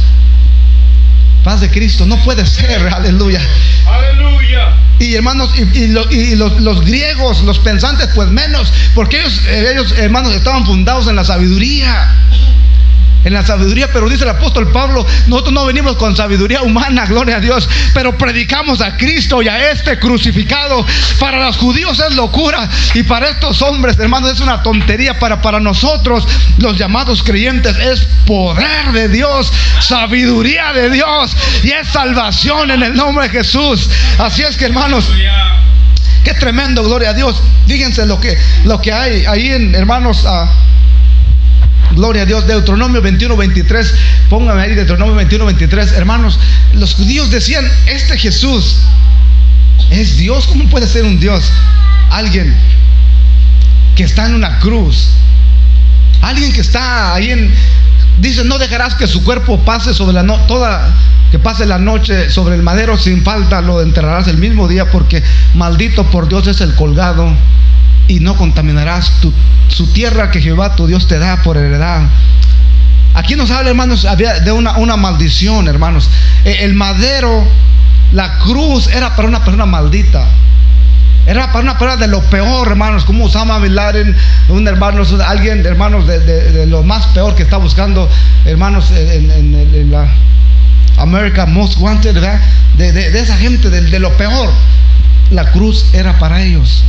Paz de Cristo, no puede ser, aleluya. Aleluya. Y hermanos, y, y, lo, y los, los griegos, los pensantes, pues menos, porque ellos, ellos, hermanos, estaban fundados en la sabiduría. En la sabiduría, pero dice el apóstol Pablo, nosotros no venimos con sabiduría humana, gloria a Dios, pero predicamos a Cristo y a este crucificado. Para los judíos es locura y para estos hombres, hermanos, es una tontería. Para, para nosotros, los llamados creyentes, es poder de Dios, sabiduría de Dios y es salvación en el nombre de Jesús. Así es que, hermanos, qué tremendo, gloria a Dios. Fíjense lo que, lo que hay ahí, en, hermanos, uh, gloria a Dios, Deuteronomio veintiuno, veintitrés. Póngame ahí Deuteronomio veintiuno, veintitrés. Hermanos, los judíos decían, este Jesús es Dios. ¿Cómo puede ser un Dios? Alguien que está en una cruz, alguien que está ahí en, dice, no dejarás que su cuerpo pase sobre la no, toda, que pase la noche sobre el madero, sin falta lo enterrarás el mismo día, porque maldito por Dios es el colgado, y no contaminarás tu, su tierra que Jehová tu Dios te da por heredad. Aquí nos habla, hermanos, había de una, una maldición, hermanos. El madero, la cruz, era para una persona maldita. Era para una persona de lo peor, hermanos, como Osama Bin Laden, un hermano, alguien, hermanos, de, de, de lo más peor que está buscando, hermanos, en, en, en la America Most Wanted, ¿verdad? De, de, de esa gente, de, de lo peor. La cruz era para ellos.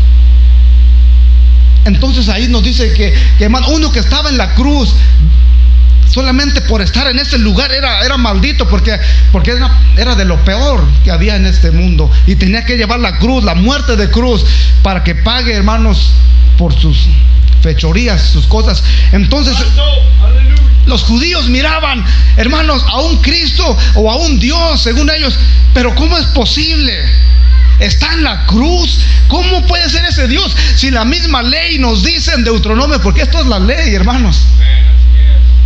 Entonces ahí nos dice que, que, hermano, uno que estaba en la cruz, solamente por estar en ese lugar era, era maldito, porque, porque era, era de lo peor que había en este mundo, y tenía que llevar la cruz, la muerte de cruz, para que pague, hermanos, por sus fechorías, sus cosas. Entonces los judíos miraban, hermanos, a un Cristo o a un Dios, según ellos, pero ¿cómo es posible? Está en la cruz. ¿Cómo puede ser ese Dios? Si la misma ley nos dice en Deuteronomio, porque esto es la ley, hermanos.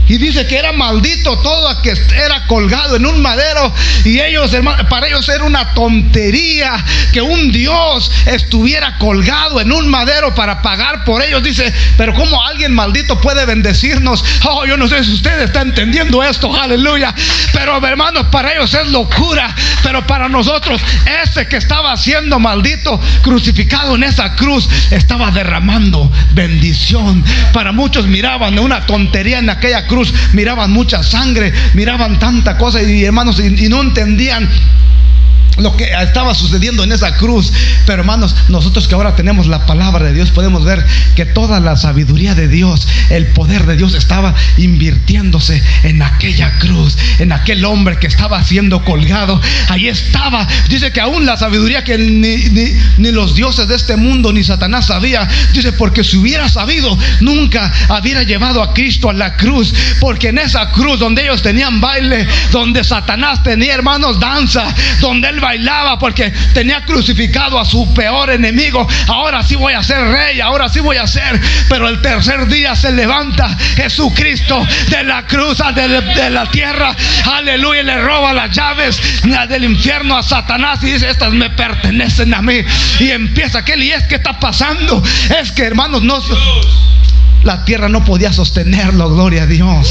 Y dice que era maldito todo a que era colgado en un madero. Y ellos, hermano, para ellos era una tontería que un Dios estuviera colgado en un madero para pagar por ellos. Dice, pero ¿cómo alguien maldito puede bendecirnos? Oh, yo no sé si usted está entendiendo esto, aleluya. Pero hermanos, para ellos es locura. Pero para nosotros, ese que estaba siendo maldito, crucificado en esa cruz, estaba derramando bendición. Para muchos miraban una tontería en aquella cruz. Miraban mucha sangre, miraban tanta cosa y hermanos, y, y no entendían lo que estaba sucediendo en esa cruz. Pero hermanos, nosotros que ahora tenemos la palabra de Dios, podemos ver que toda la sabiduría de Dios, el poder de Dios estaba invirtiéndose en aquella cruz, en aquel hombre que estaba siendo colgado. Ahí estaba. Dice que aún la sabiduría que ni, ni, ni los dioses de este mundo ni Satanás sabía. Dice, porque si hubiera sabido, nunca hubiera llevado a Cristo a la cruz. Porque en esa cruz donde ellos tenían baile, donde Satanás tenía, hermanos, danza, donde él bailaba porque tenía crucificado a su peor enemigo. Ahora sí voy a ser rey, ahora sí voy a ser. Pero el tercer día se levanta Jesucristo de la cruz, de, de la tierra, aleluya, y le roba las llaves del infierno a Satanás y dice, estas me pertenecen a mí. Y empieza aquel, y es que está pasando, es que hermanos, no, la tierra no podía sostenerlo, gloria a Dios.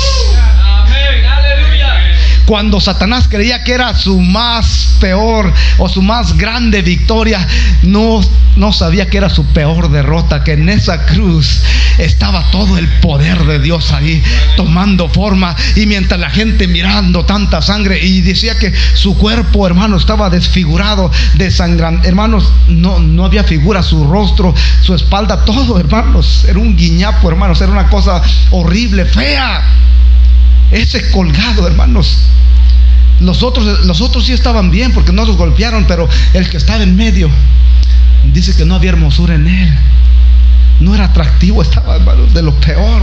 Cuando Satanás creía que era su más peor o su más grande victoria, no, no sabía que era su peor derrota, que en esa cruz estaba todo el poder de Dios ahí tomando forma. Y mientras la gente mirando tanta sangre, y decía que su cuerpo, hermano, estaba desfigurado, desangrado, hermanos, no, no había figura, su rostro, su espalda, todo, hermanos, era un guiñapo, hermanos, era una cosa horrible, fea. Ese colgado, hermanos. Los otros, los otros sí estaban bien porque no los golpearon, pero el que estaba en medio, dice que no había hermosura en él. No era atractivo, estaba, hermanos, de lo peor.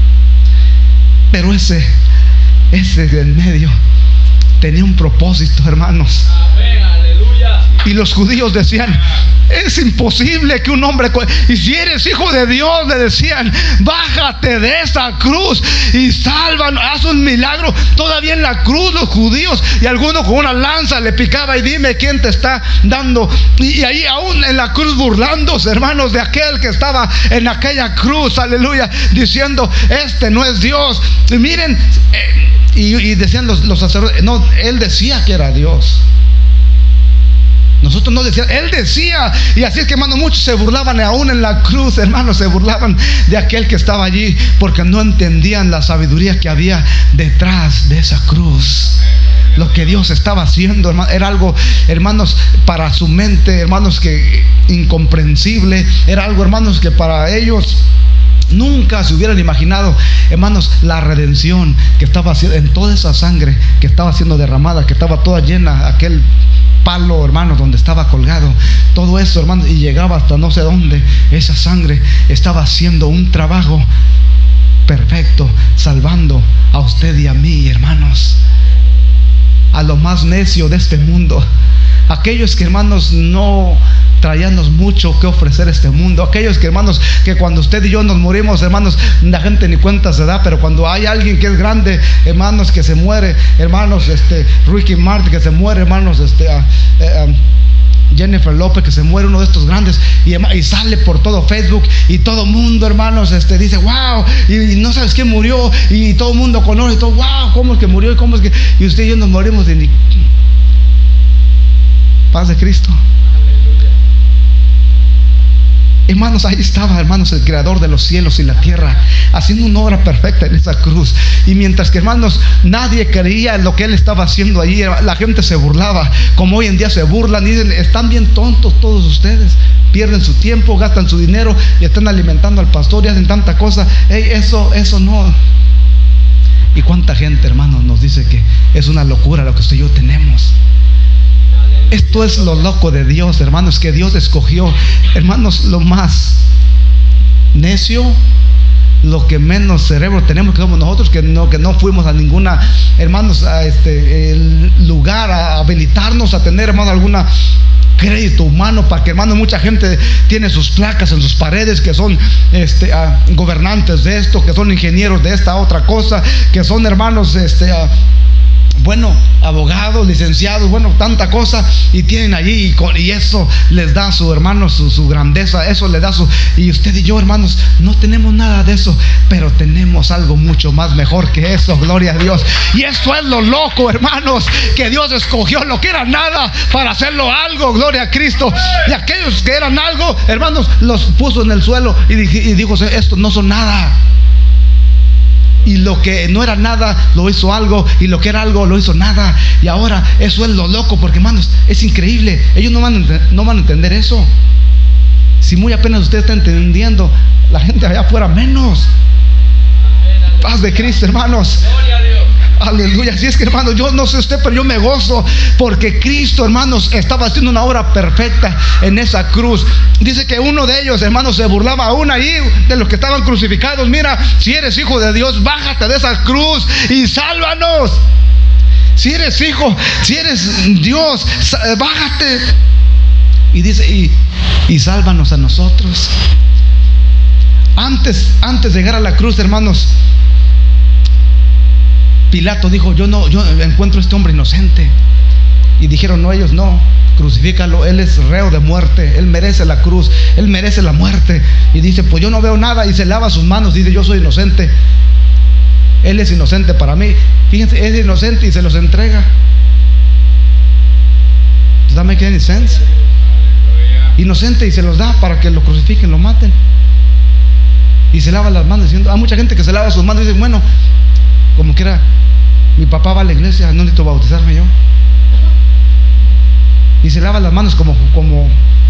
Pero ese, ese de en medio tenía un propósito, hermanos. Amén, aleluya. Y los judíos decían, es imposible que un hombre, y si eres hijo de Dios, le decían, bájate de esa cruz y salvan, haz un milagro. Todavía en la cruz los judíos, y alguno con una lanza le picaba, y dime quién te está dando. Y, y ahí aún en la cruz burlándose, hermanos, de aquel que estaba en aquella cruz, aleluya, diciendo, este no es Dios. Y miren, eh, y, y decían los, los sacerdotes, no, él decía que era Dios. Nosotros no decíamos, él decía. Y así es que, hermanos, muchos se burlaban aún en la cruz, hermanos, se burlaban de aquel que estaba allí, porque no entendían la sabiduría que había detrás de esa cruz. Lo que Dios estaba haciendo, hermano, era algo, hermanos, para su mente, hermanos, que incomprensible. Era algo, hermanos, que para ellos nunca se hubieran imaginado, hermanos, la redención que estaba haciendo en toda esa sangre que estaba siendo derramada, que estaba toda llena, aquel palo, hermanos, donde estaba colgado, todo eso, hermanos, y llegaba hasta no sé dónde. Esa sangre estaba haciendo un trabajo perfecto, salvando a usted y a mí, hermanos, a lo más necio de este mundo, aquellos que, hermanos, no traíamos mucho que ofrecer a este mundo, aquellos que, hermanos, que cuando usted y yo nos morimos, hermanos, la gente ni cuenta se da, pero cuando hay alguien que es grande, hermanos, que se muere, hermanos, este Ricky Martin que se muere, hermanos, este uh, uh, Jennifer López que se muere, uno de estos grandes, y, y sale por todo Facebook, y todo mundo, hermanos, este dice wow, y, y no sabes quién murió, y todo el mundo conoce, y todo, wow, cómo es que murió, y cómo es que, y usted y yo nos morimos de ni paz de Cristo. Hermanos, ahí estaba, hermanos, el creador de los cielos y la tierra, haciendo una obra perfecta en esa cruz. Y mientras que, hermanos, nadie creía en lo que él estaba haciendo allí, la gente se burlaba, como hoy en día se burlan y dicen, están bien tontos todos ustedes, pierden su tiempo, gastan su dinero y están alimentando al pastor y hacen tanta cosa. Hey, eso, eso no. Y cuánta gente, hermanos, nos dice que es una locura lo que usted y yo tenemos. Esto es lo loco de Dios, hermanos, que Dios escogió, hermanos, lo más necio, lo que menos cerebro tenemos, que somos nosotros, que no, que no fuimos a ninguna, hermanos, a este el lugar a habilitarnos a tener, hermanos, alguna crédito humano, para que, hermano, mucha gente tiene sus placas en sus paredes, que son este, uh, gobernantes de esto, que son ingenieros de esta otra cosa, que son, hermanos, este, uh, bueno, abogados, licenciados, bueno, tanta cosa, y tienen allí, y, con, y eso les da a su hermano su, su grandeza, eso les da su, y usted y yo, hermanos, no tenemos nada de eso, pero tenemos algo mucho más mejor que eso, gloria a Dios. Y esto es lo loco, hermanos, que Dios escogió lo que era nada para hacerlo algo, gloria a Cristo. Y aquellos que eran algo, hermanos, los puso en el suelo y, y dijo, estos no son nada. Y lo que no era nada lo hizo algo, y lo que era algo lo hizo nada. Y ahora eso es lo loco, porque, hermanos, es increíble. Ellos no van a ent- no van a entender eso. Si muy apenas usted está entendiendo, la gente allá afuera menos. Paz de Cristo, hermanos. Aleluya. Así es que, hermanos, yo no sé usted, pero yo me gozo porque Cristo, hermanos, estaba haciendo una obra perfecta en esa cruz. Dice que uno de ellos, hermanos, se burlaba aún ahí de los que estaban crucificados. Mira, si eres hijo de Dios, bájate de esa cruz y sálvanos. Si eres hijo, si eres Dios, bájate. Y dice, y, y sálvanos a nosotros. Antes, antes de llegar a la cruz, hermanos, Pilato dijo, yo no, yo encuentro a este hombre inocente. Y dijeron, no, ellos no, crucifícalo, él es reo de muerte, él merece la cruz, él merece la muerte. Y dice, pues yo no veo nada, y se lava sus manos, dice, yo soy inocente, él es inocente para mí. Fíjense, es inocente y se los entrega. Does that make any sense? Inocente y se los da para que lo crucifiquen, lo maten. Y se lava las manos diciendo, hay mucha gente que se lava sus manos y dice, bueno, como quiera, mi papá va a la iglesia, no necesito bautizarme yo. Y se lava las manos como, como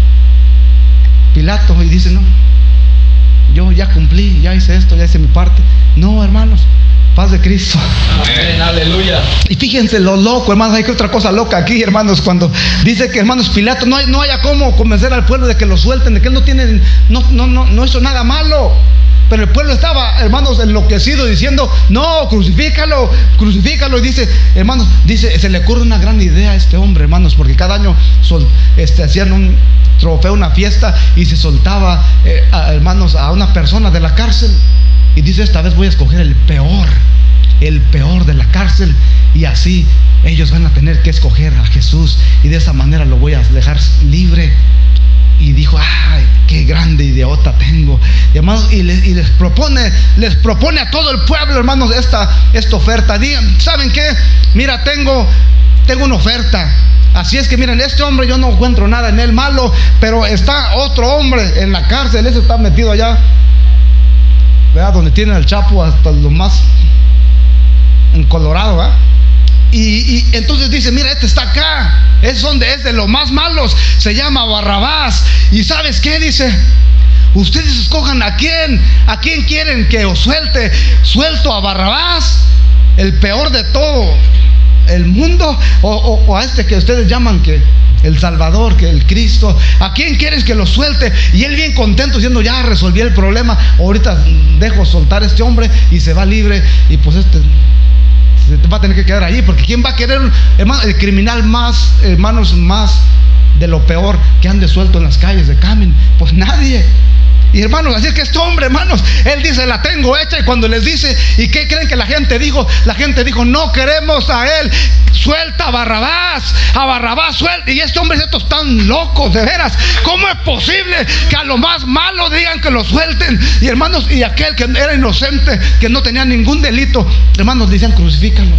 Pilato y dice, no, yo ya cumplí, ya hice esto, ya hice mi parte. No, hermanos, paz de Cristo. Amén, aleluya. Y fíjense lo loco, hermanos, hay que otra cosa loca aquí, hermanos, cuando dice que, hermanos, Pilato no, hay, no haya cómo convencer al pueblo de que lo suelten, de que él no tiene, no, no, no, no hizo nada malo. Pero el pueblo estaba, hermanos, enloquecido, diciendo, no, crucifícalo, crucifícalo. Y dice, hermanos, dice, se le ocurre una gran idea a este hombre, hermanos, porque cada año sol, este, hacían un trofeo, una fiesta, y se soltaba, eh, a, hermanos, a una persona de la cárcel. Y dice, esta vez voy a escoger el peor, el peor de la cárcel, y así ellos van a tener que escoger a Jesús, y de esa manera lo voy a dejar libre. Y dijo, ay, qué grande idiota tengo. Y, hermanos, y, les, y les propone, les propone a todo el pueblo, hermanos, esta, esta oferta. Digan, ¿saben qué? Mira, tengo, tengo una oferta. Así es que miren, este hombre yo no encuentro nada en él malo, pero está otro hombre en la cárcel, ese está metido allá, ¿verdad? Donde tienen al Chapo hasta lo más en Colorado, ¿verdad? Y, y entonces dice, mira, este está acá, es donde es de los más malos, se llama Barrabás. Y ¿sabes qué? Dice, ustedes escojan a quién, a quién quieren que os suelte. Suelto a Barrabás, el peor de todo el mundo, o, o, o a este que ustedes llaman que el Salvador, que el Cristo. ¿A quién quieres que lo suelte? Y él bien contento diciendo, ya resolví el problema, ahorita dejo soltar a este hombre y se va libre. Y pues este se va a tener que quedar allí, porque ¿quién va a querer, hermano, el criminal más, hermanos, más de lo peor que ande suelto en las calles de Camin? Pues nadie. Y hermanos, así es que este hombre, hermanos, él dice, la tengo hecha. Y cuando les dice, ¿y qué creen que la gente dijo? La gente dijo, no queremos a él, suelta a Barrabás, a Barrabás suelta. Y este hombre, estos están locos, de veras. ¿Cómo es posible que a lo más malo digan que lo suelten? Y hermanos, y aquel que era inocente, que no tenía ningún delito, hermanos, decían, crucifícalo.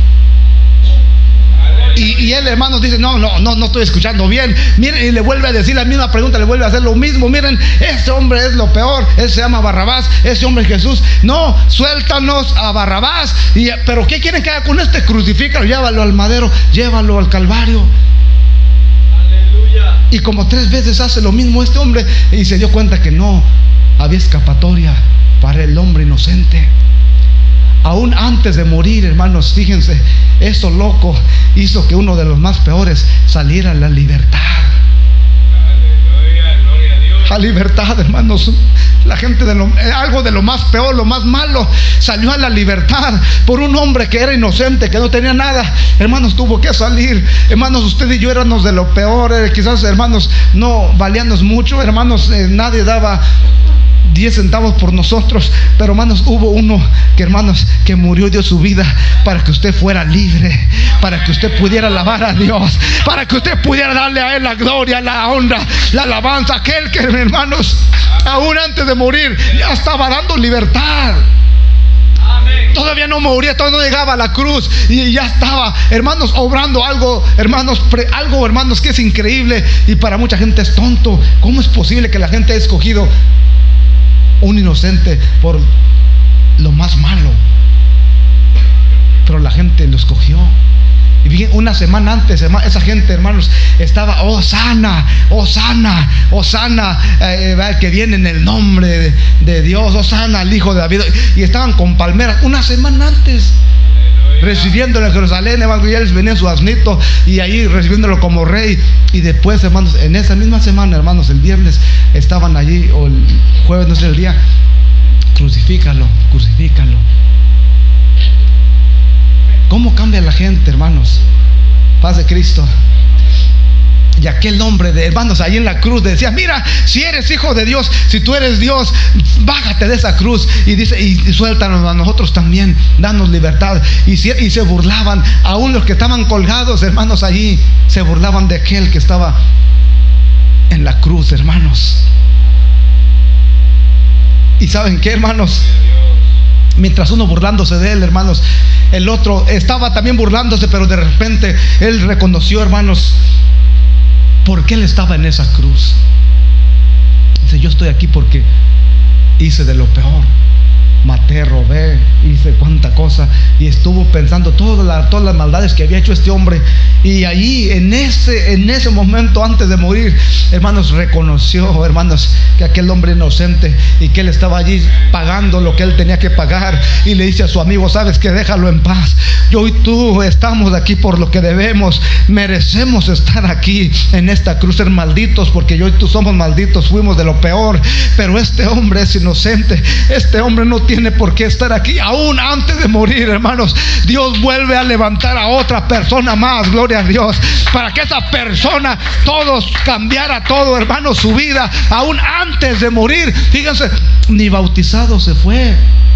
Y, y él, hermanos, dice, no, no, no, no estoy escuchando bien. Miren, y le vuelve a decir la misma pregunta, le vuelve a hacer lo mismo. Miren, este hombre es lo peor, él se llama Barrabás, ese hombre es Jesús. No, suéltanos a Barrabás. Y, pero ¿qué quieren que haga con este? Crucifícalo, llévalo al madero, llévalo al Calvario. Aleluya. Y como tres veces hace lo mismo este hombre, y se dio cuenta que no había escapatoria para el hombre inocente. Aún antes de morir, hermanos, fíjense, eso loco hizo que uno de los más peores saliera a la libertad. Aleluya, gloria a Dios. A libertad, hermanos. La gente de lo, eh, algo de lo más peor, lo más malo, salió a la libertad por un hombre que era inocente, que no tenía nada. Hermanos, tuvo que salir. Hermanos, usted y yo éramos de lo peor. Eh, quizás, hermanos, no valíamos mucho. Hermanos, eh, nadie daba diez centavos por nosotros, pero hermanos, hubo uno que, hermanos, que murió y dio su vida para que usted fuera libre, para que usted pudiera alabar a Dios, para que usted pudiera darle a Él la gloria, la honra, la alabanza. Aquel que, hermanos, aún antes de morir ya estaba dando libertad. Todavía no moría, todavía no llegaba a la cruz y ya estaba, hermanos, obrando algo, hermanos, pre, algo, hermanos, que es increíble y para mucha gente es tonto. ¿Cómo es posible que la gente haya escogido un inocente por lo más malo? Pero la gente lo escogió. Y bien, una semana antes, esa gente, hermanos, estaba Hosana, Hosana, Hosana, eh, que viene en el nombre de, de Dios, Hosana, el hijo de David. Y estaban con palmeras una semana antes, recibiéndolo en Jerusalén. Y él venía en su asnito y ahí recibiéndolo como rey. Y después, hermanos, en esa misma semana, hermanos, el viernes estaban allí, o el jueves, no sé el día, crucifícalo, crucifícalo. ¿Cómo cambia la gente, hermanos? Paz de Cristo. Y aquel hombre de hermanos ahí en la cruz decía: mira, si eres hijo de Dios, si tú eres Dios, bájate de esa cruz. Y dice, y, y suéltanos a nosotros también, danos libertad. Y, y se burlaban, aún los que estaban colgados, hermanos, allí se burlaban de aquel que estaba en la cruz, hermanos. Y ¿saben qué, hermanos? Mientras uno burlándose de él, hermanos, el otro estaba también burlándose, pero de repente él reconoció, hermanos, por qué él estaba en esa cruz. Dice: yo estoy aquí porque hice de lo peor, maté, robé, hice cuánta cosa, y estuvo pensando todas las, todas las maldades que había hecho este hombre. Y allí en ese, en ese momento antes de morir, hermanos, reconoció, hermanos, que aquel hombre inocente y que él estaba allí pagando lo que él tenía que pagar. Y le dice a su amigo: sabes que déjalo en paz, yo y tú estamos aquí por lo que debemos, merecemos estar aquí en esta cruz, ser malditos, porque yo y tú somos malditos, fuimos de lo peor, pero este hombre es inocente, este hombre no tiene por qué estar aquí. Aún antes de morir, hermanos, Dios vuelve a levantar a otra persona más, gloria a Dios, para que esa persona, todos cambiara todo, hermanos, su vida. Aún antes de morir, fíjense, ni bautizado se fue,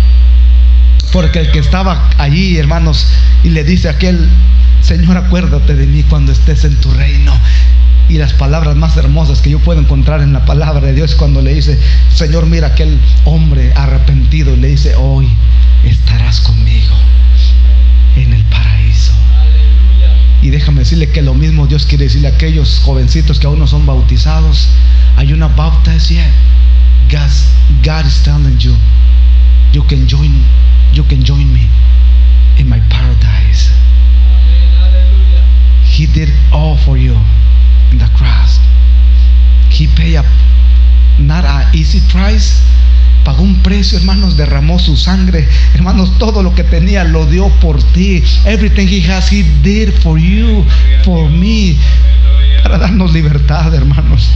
porque el que estaba allí, hermanos, y le dice a aquel: Señor, acuérdate de mí cuando estés en tu reino. Y las palabras más hermosas que yo puedo encontrar en la palabra de Dios, cuando le dice: Señor, mira aquel hombre arrepentido, y le dice: hoy estarás conmigo en el paraíso. Aleluya. Y déjame decirle que lo mismo Dios quiere decirle a aquellos jovencitos que aún no son bautizados: are you not baptized yet? God, God is telling you, you can join, you can join me in my paradise. Aleluya. He did all for you in the cross. He paid a not an easy price. Pagó un precio, hermanos, derramó su sangre, hermanos, todo lo que tenía lo dio por ti. Everything he has, he did for you, for me, para darnos libertad, hermanos.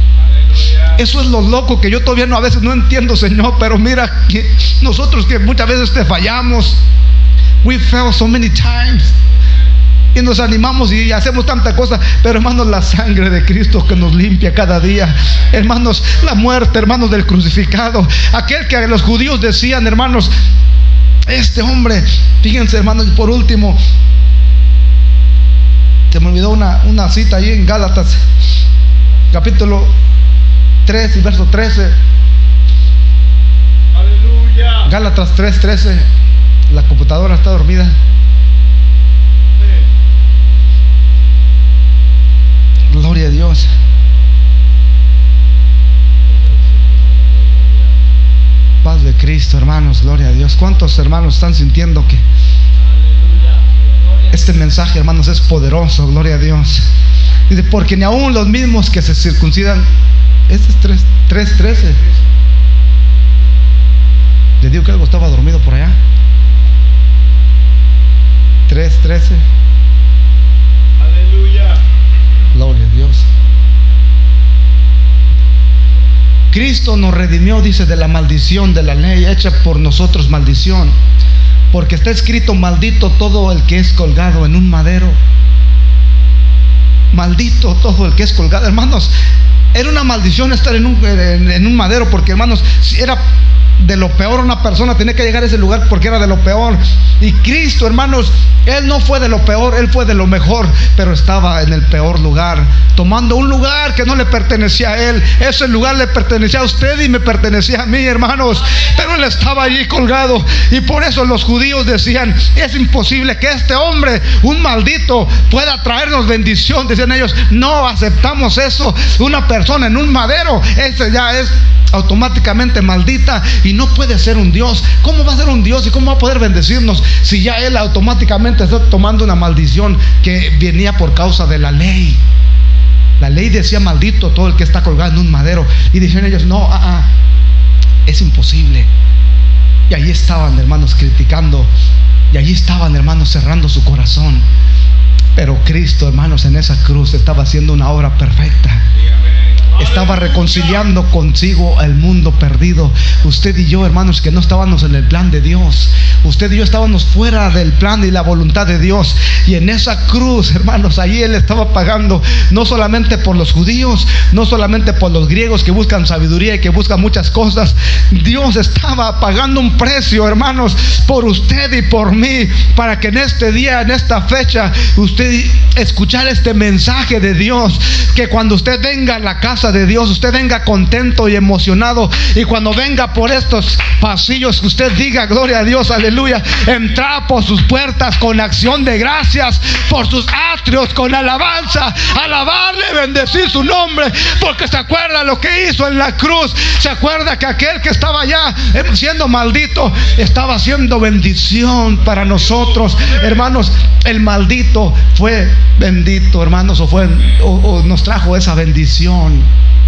Eso es lo loco que yo todavía no, a veces no entiendo, Señor, pero mira que nosotros que muchas veces te fallamos, we fail so many times, y nos animamos y hacemos tanta cosa, pero hermanos, la sangre de Cristo que nos limpia cada día, hermanos, la muerte, hermanos, del crucificado, aquel que los judíos decían, hermanos, este hombre, fíjense, hermanos, por último, se me olvidó una, una cita ahí en Gálatas capítulo tres y verso trece. Aleluya. Gálatas tres, trece. La computadora está dormida. Gloria a Dios. Paz de Cristo, hermanos, gloria a Dios. ¿Cuántos hermanos están sintiendo que este mensaje, hermanos, es poderoso? Gloria a Dios. Dice: porque ni aún los mismos que se circuncidan. Este es tres trece. Le digo que algo estaba dormido por allá. tres trece. Aleluya. Gloria a Dios. Cristo nos redimió, dice, de la maldición de la ley hecha por nosotros maldición, porque está escrito: maldito todo el que es colgado en un madero. Maldito todo el que es colgado. Hermanos, era una maldición estar en un, en, en un madero, porque, hermanos, era de lo peor. Una persona tenía que llegar a ese lugar porque era de lo peor. Y Cristo, hermanos, Él no fue de lo peor, Él fue de lo mejor, pero estaba en el peor lugar, tomando un lugar que no le pertenecía a Él. Ese lugar le pertenecía a usted y me pertenecía a mí, hermanos, pero Él estaba allí colgado. Y por eso los judíos decían: es imposible que este hombre, un maldito, pueda traernos bendición. Decían ellos: no aceptamos eso. Una persona en un madero, ese ya es automáticamente maldita y no puede ser un Dios. ¿Cómo va a ser un Dios y cómo va a poder bendecirnos si ya Él automáticamente está tomando una maldición que venía por causa de la ley? La ley decía: maldito todo el que está colgado en un madero. Y decían ellos: no, ah, ah, es imposible. Y ahí estaban, hermanos, criticando, y allí estaban, hermanos, cerrando su corazón. Pero Cristo, hermanos, en esa cruz estaba haciendo una obra perfecta. Estaba reconciliando consigo el mundo perdido. Usted y yo, hermanos, que no estábamos en el plan de Dios. Usted y yo estábamos fuera del plan y la voluntad de Dios. Y en esa cruz, hermanos, allí Él estaba pagando, no solamente por los judíos, no solamente por los griegos que buscan sabiduría y que buscan muchas cosas. Dios estaba pagando un precio, hermanos, por usted y por mí, para que en este día, en esta fecha, usted escuchara este mensaje de Dios. Que cuando usted venga a la casa de Dios, usted venga contento y emocionado, y cuando venga por estos pasillos, que usted diga: gloria a Dios, aleluya. Entrar por sus puertas con acción de gracias, por sus atrios con alabanza, alabarle, bendecir su nombre, porque se acuerda lo que hizo en la cruz. Se acuerda que aquel que estaba allá siendo maldito estaba haciendo bendición para nosotros, hermanos. El maldito fue bendito, hermanos, o fue o, o nos trajo esa bendición.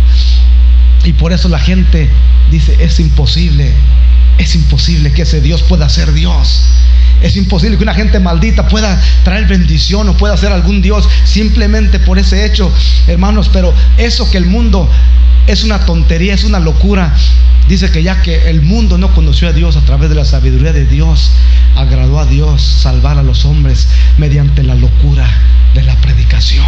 Y por eso la gente dice: es imposible, es imposible que ese Dios pueda ser Dios. Es imposible que una gente maldita pueda traer bendición o pueda ser algún Dios simplemente por ese hecho, hermanos. Pero eso que el mundo es una tontería, es una locura. Dice que ya que el mundo no conoció a Dios, a través de la sabiduría de Dios, agradó a Dios salvar a los hombres mediante la locura de la predicación.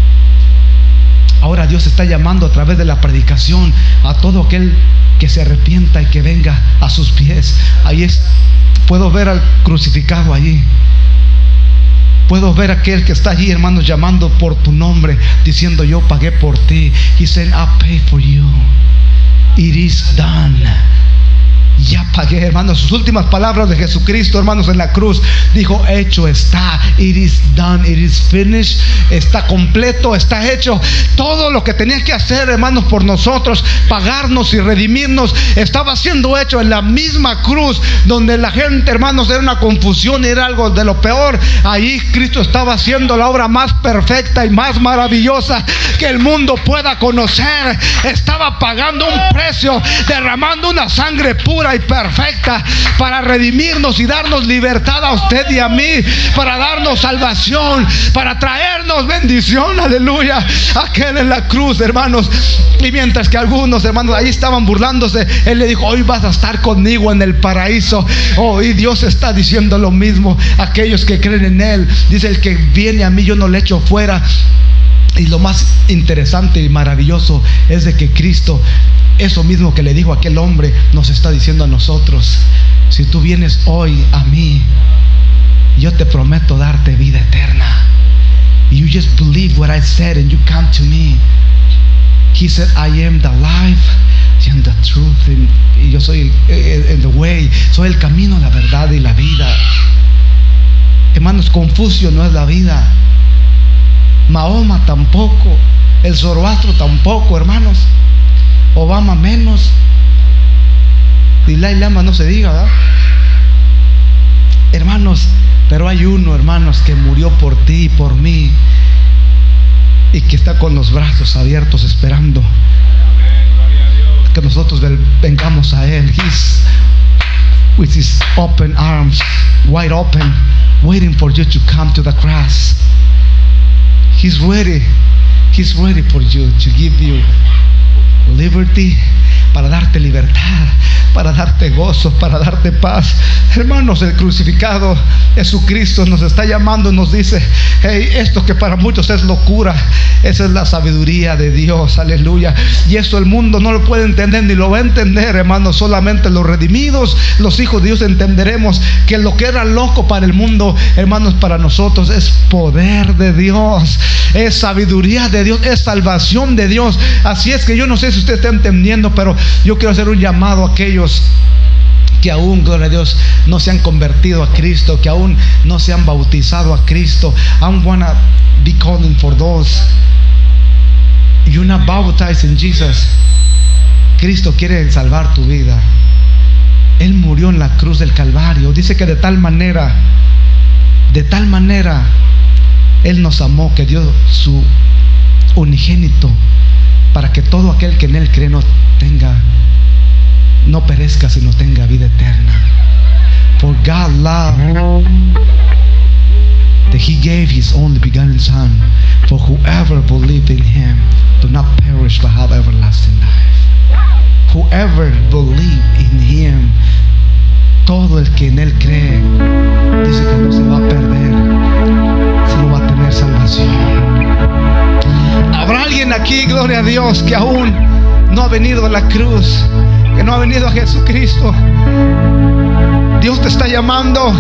Ahora Dios está llamando a través de la predicación a todo aquel que se arrepienta y que venga a sus pies. Ahí es, puedo ver al crucificado allí. Puedo ver a aquel que está allí, hermanos, llamando por tu nombre, diciendo: yo pagué por ti. He said, I paid for you. It is done. Ya pagué, hermanos. Sus últimas palabras de Jesucristo, hermanos, en la cruz, dijo: hecho está. It is done, it is finished. Está completo, está hecho. Todo lo que tenía que hacer, hermanos, por nosotros, pagarnos y redimirnos, estaba siendo hecho en la misma cruz, donde la gente, hermanos, era una confusión, era algo de lo peor. Ahí Cristo estaba haciendo la obra más perfecta y más maravillosa que el mundo pueda conocer. Estaba pagando un precio, derramando una sangre pura y perfecta para redimirnos y darnos libertad a usted y a mí, para darnos salvación, para traernos bendición, aleluya. Aquel en la cruz, hermanos. Y mientras que algunos, hermanos, ahí estaban burlándose, Él le dijo: hoy vas a estar conmigo en el paraíso. Oh, y Dios está diciendo lo mismo. Aquellos que creen en Él, dice: el que viene a mí, yo no le echo fuera. Y lo más interesante y maravilloso es de que Cristo, eso mismo que le dijo a aquel hombre, nos está diciendo a nosotros: si tú vienes hoy a mí, yo te prometo darte vida eterna. You just believe what I said and you come to me. He said, I am the life and the truth. Y yo soy el, el, the way, soy el camino, la verdad y la vida. Hermanos, Confucio no es la vida. Mahoma tampoco. El Zoroastro tampoco, hermanos. Obama menos. Dalai Lama no se diga, ¿verdad? Hermanos, pero hay uno, hermanos, que murió por ti y por mí, y que está con los brazos abiertos esperando que nosotros vengamos a Él. He's with his open arms, wide open, waiting for you to come to the cross. He's ready. He's ready for you, to give you liberty para darte libertad, para darte gozo, para darte paz. Hermanos, el crucificado Jesucristo nos está llamando y nos dice: hey, esto que para muchos es locura, esa es la sabiduría de Dios, aleluya. Y eso el mundo no lo puede entender ni lo va a entender, hermanos. Solamente los redimidos, los hijos de Dios, entenderemos que lo que era loco para el mundo, hermanos, para nosotros es poder de Dios, es sabiduría de Dios, es salvación de Dios. Así es que yo no sé si usted está entendiendo, pero yo quiero hacer un llamado a aquellos que aún, gloria a Dios, no se han convertido a Cristo, que aún no se han bautizado a Cristo. I'm gonna be calling for those. You're not baptized in Jesus. Cristo quiere salvar tu vida. Él murió en la cruz del Calvario. Dice que de tal manera, de tal manera Él nos amó, que dio su unigénito, para que todo aquel que en Él cree no tenga, no perezca, sino tenga vida eterna. For God loved that He gave His only begotten Son, for whoever believed in Him do not perish but have everlasting life. Whoever believed in Him, todo el que en Él cree, dice que no se va a perder, sino va a tener salvación. Habrá alguien aquí, gloria a Dios, que aún no ha venido a la cruz, que no ha venido a Jesucristo. Dios te está llamando.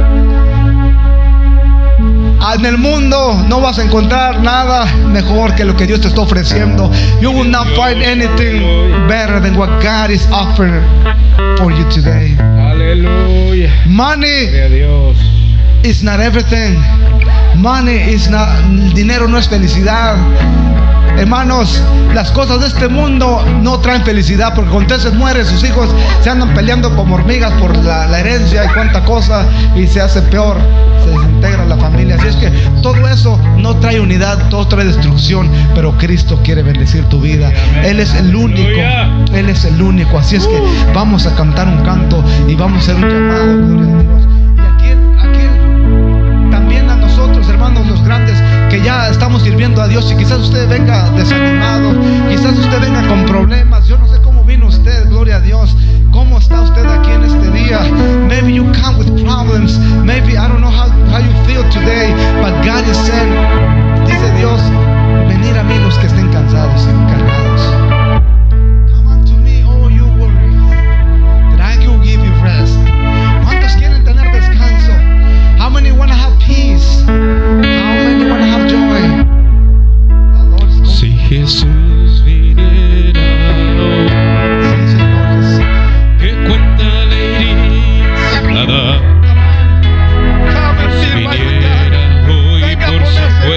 En el mundo no vas a encontrar nada mejor que lo que Dios te está ofreciendo. You will not find anything better than what God is offering for you today. Aleluya. Money Gloria a Dios. is not everything. Money is not, dinero no es felicidad. Hermanos, las cosas de este mundo no traen felicidad, porque cuando usted se muere, sus hijos se andan peleando como hormigas por la, la herencia y cuánta cosa, y se hace peor, se desintegra la familia. Así es que todo eso no trae unidad, todo trae destrucción, pero Cristo quiere bendecir tu vida. Él es el único, Él es el único. Así es que vamos a cantar un canto y vamos a hacer un llamado, gloria a Dios. Y aquí, aquí también a nosotros, hermanos, los grandes, que ya estamos sirviendo a Dios, y quizás usted venga desanimado, quizás usted venga con problemas. Yo no sé cómo vino usted, gloria a Dios. ¿Cómo está usted aquí en este día? Maybe you come with problems. Maybe I don't know how, how you feel today, but God is saying, dice Dios, venid a mí los que estén cansados y cargados. Come unto me, all you worries, that I will give you rest. ¿Cuántos quieren tener descanso? How many want to have peace? How many want to have joy? The Lord is going. Si Jesús viniera hoy, Sí, Señor Jesús. ¿qué cuenta le irías a dar? Come and Si see my viniera hoy Venga por por su ese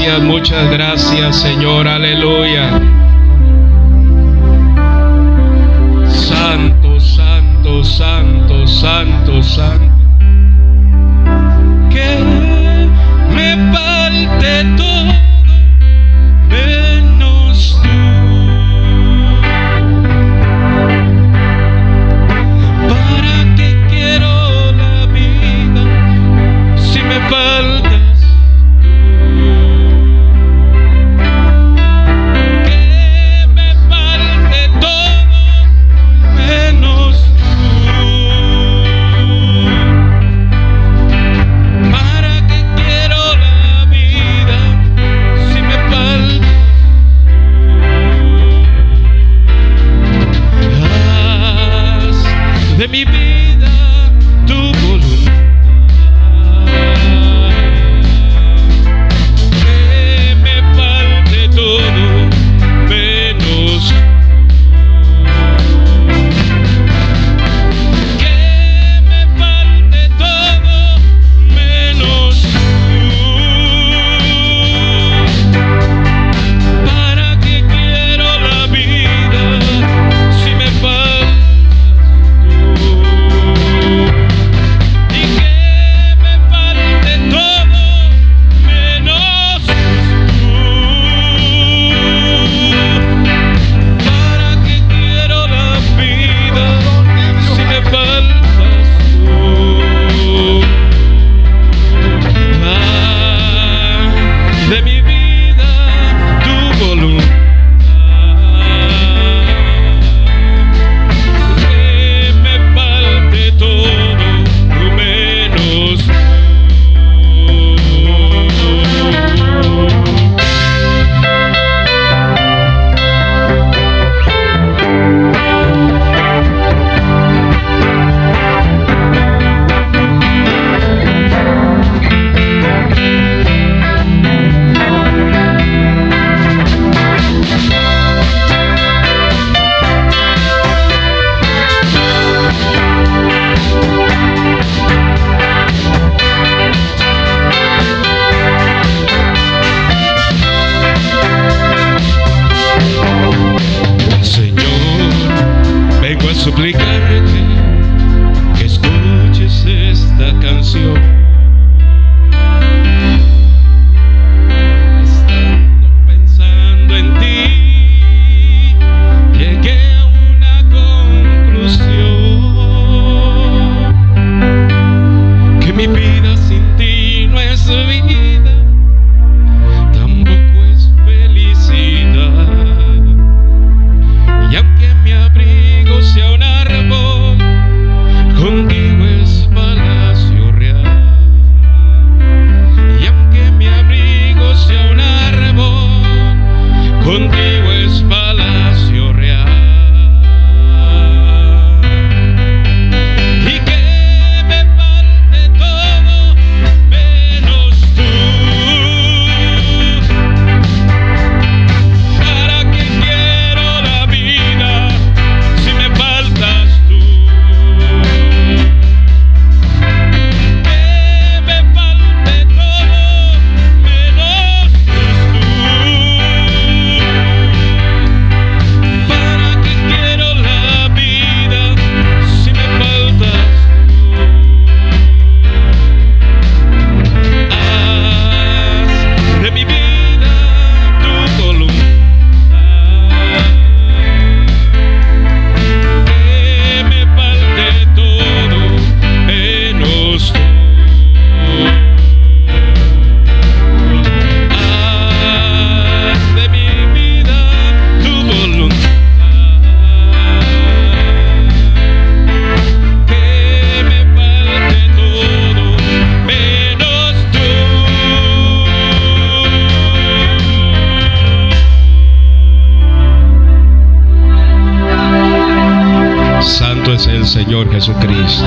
gracias, muchas gracias, Señor, aleluya. Santo, santo, santo, santo, santo. Que me falte todo menos tú. ¿Para qué quiero la vida si me faltas tú? Que me falte todo menos tú. ¿Para qué quiero la vida si me faltas tú? Haz de mi vida tu voluntad. Que me falte todo menos tú. Que me falte todo menos tú. ¿Para qué quiero la vida si me faltas tú? Y que me falte todo menos tú. ¿Para qué quiero la vida si me faltas tú? Haz de mi vida tu voluntad. Que me falte todo menos tú. Señor, vengo a suplicarte que escuches esta canción. Estando pensando en ti, llegué a una conclusión: que mi vida sin ti no es vida, tampoco es felicidad. Y aunque mi abrigo sea un árbol, contigo es palacio real. Y aunque mi abrigo sea un árbol, contigo es palacio real. Y que me falte todo menos tú. ¿Para qué quiero la vida si me faltas tú? Que me falte todo menos tú. ¿Para qué quiero la vida si me faltas tú? Haz de mi vida tu voluntad. Que me falte todo menos tú. Haz de mi vida tu voluntad. Que me falte todo menos tú. Santo es el Señor Jesucristo.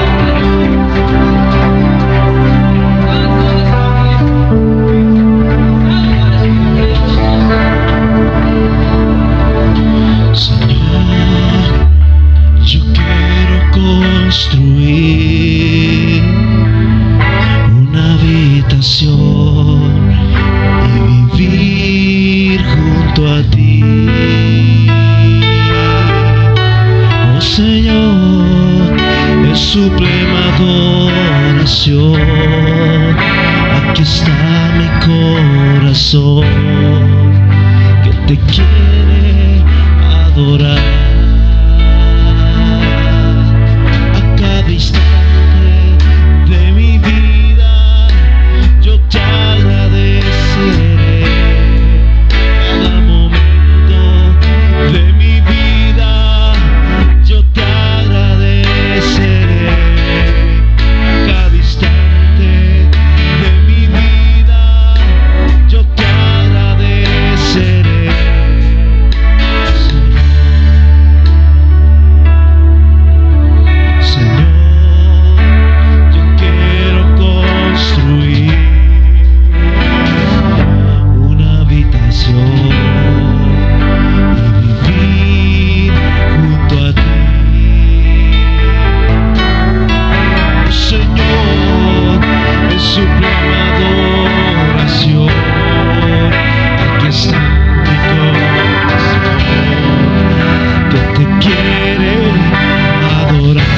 Señor, yo quiero construir una habitación y suprema adoración. Aquí está mi corazón que te quiere adorar. A cada instante de mi vida yo te agradeceré. Cada momento de mi vida yo te agradeceré. A cada instante de mi vida yo te agradeceré. Señor, yo quiero construir una habitación y vivir junto a ti. Señor, en suprema adoración, aquí está mi corazón que te quiere adorar.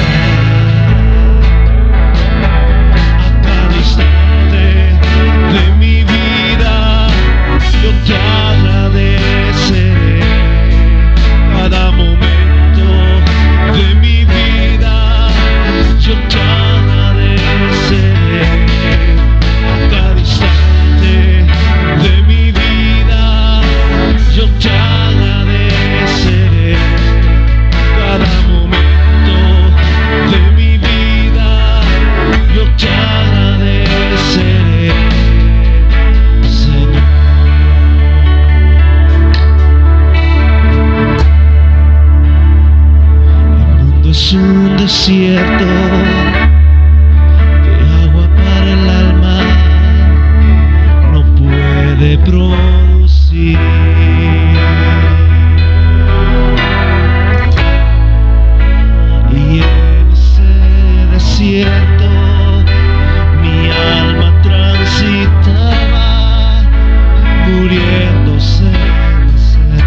A cada instante de mi vida yo te agradeceré. Cada momento de mi vida yo te agradeceré. A cada instante de mi vida yo te agradeceré. Cada momento de mi vida yo te agradeceré. Señor, el mundo es un desierto que agua para el alma no puede producir. Y en ese desierto mi alma transitaba muriéndose de sed.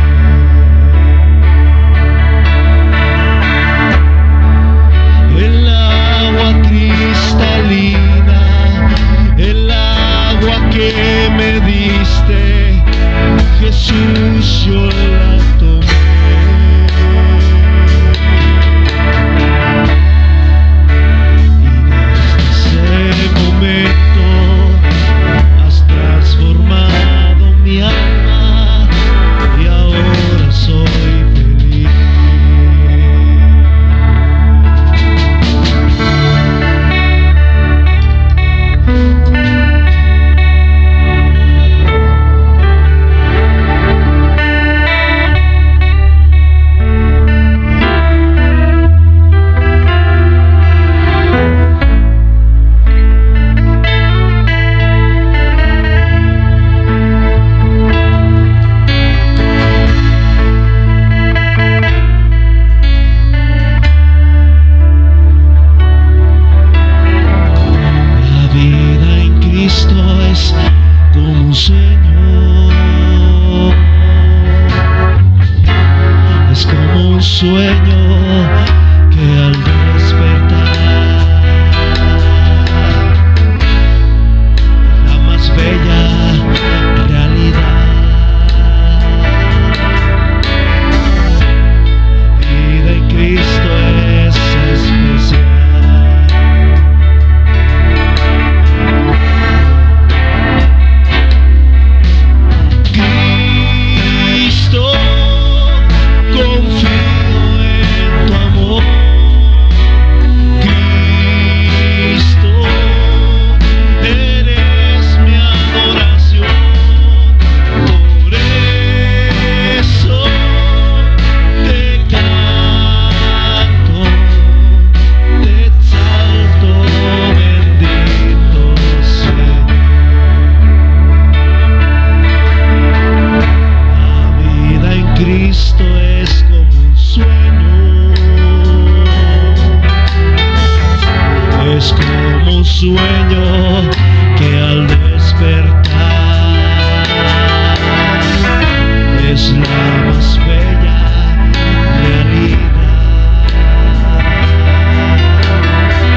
El agua cristalina, el agua que me diste, Jesús, yo la tomé. Y desde ese momento has transformado mi alma y ahora soy feliz. La vida en Cristo es como un sueño, es como un sueño que al despertar es la más bella realidad. La vida en Cristo es especial. Cristo, confío en tu amor. Cristo, eres mi adoración. Por eso te canto, te exalto, bendito Señor. La vida en Cristo es como un sueño, es como un sueño que al despertar es la más bella realidad.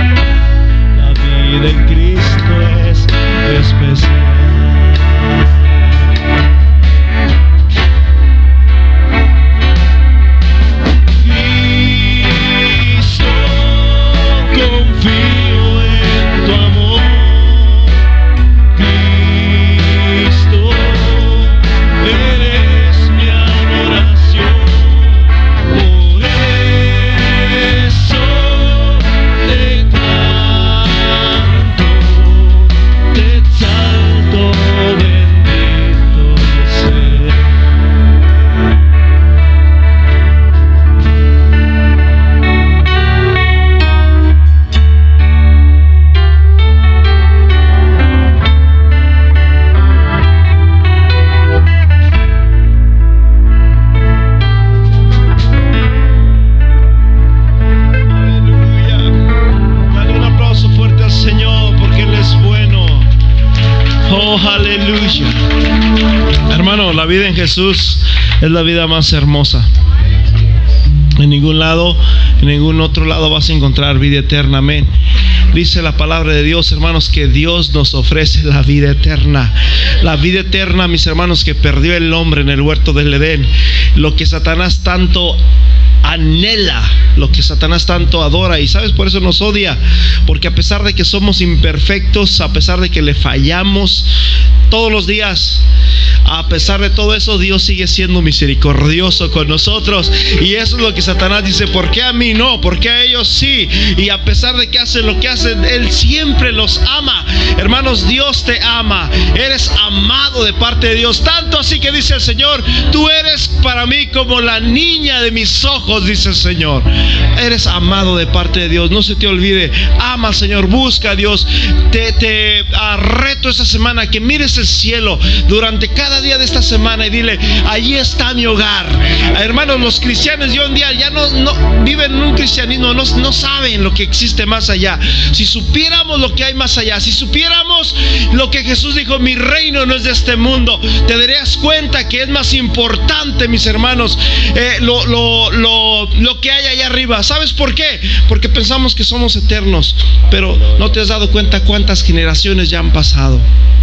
Aleluya. Hermano, la vida en Jesús es la vida más hermosa. En ningún lado, en ningún otro lado vas a encontrar vida eterna. Amén. Dice la palabra de Dios, hermanos, que Dios nos ofrece la vida eterna. La vida eterna, mis hermanos, que perdió el hombre en el huerto del Edén. Lo que Satanás tanto anhela, lo que Satanás tanto adora. Y sabes, por eso nos odia, porque a pesar de que somos imperfectos, a pesar de que le fallamos todos los días, a pesar de todo eso, Dios sigue siendo misericordioso con nosotros. Y eso es lo que Satanás dice: ¿por qué a mí no? ¿Por qué a ellos sí? Y a pesar de que hacen lo que hacen, Él siempre los ama. Hermanos, Dios te ama. Eres amado de parte de Dios. Tanto así que dice el Señor: tú eres para mí como la niña de mis ojos, dice el Señor. Eres amado de parte de Dios. No se te olvide. Ama, Señor. Busca a Dios. Te, te ah, reto esta semana que mires el cielo durante cada día de esta semana y dile: allí está mi hogar. Hermanos, los cristianos de hoy en día ya no, no viven en un cristianismo, no, no saben lo que existe más allá. Si supiéramos lo que hay más allá, si supiéramos lo que Jesús dijo: mi reino no es de este mundo, te darías cuenta que es más importante, mis hermanos, eh, lo, lo, lo, lo que hay allá arriba. ¿Sabes por qué? Porque pensamos que somos eternos, pero no te has dado cuenta cuántas generaciones ya han pasado.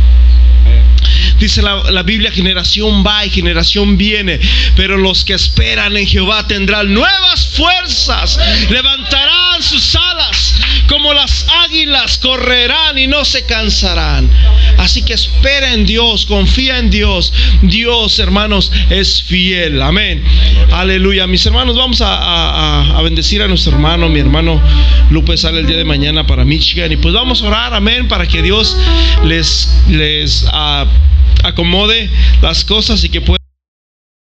Dice la, la Biblia: generación va y generación viene, pero los que esperan en Jehová tendrán nuevas fuerzas, levantarán sus alas como las águilas, correrán y no se cansarán. Así que espera en Dios, confía en Dios. Dios, hermanos, es fiel. Amén. Aleluya. Mis hermanos, vamos a, a, a bendecir a nuestro hermano. Mi hermano Lupe sale el día de mañana para Michigan, y pues vamos a orar, amén, para que Dios les, les uh, acomode las cosas y que puedan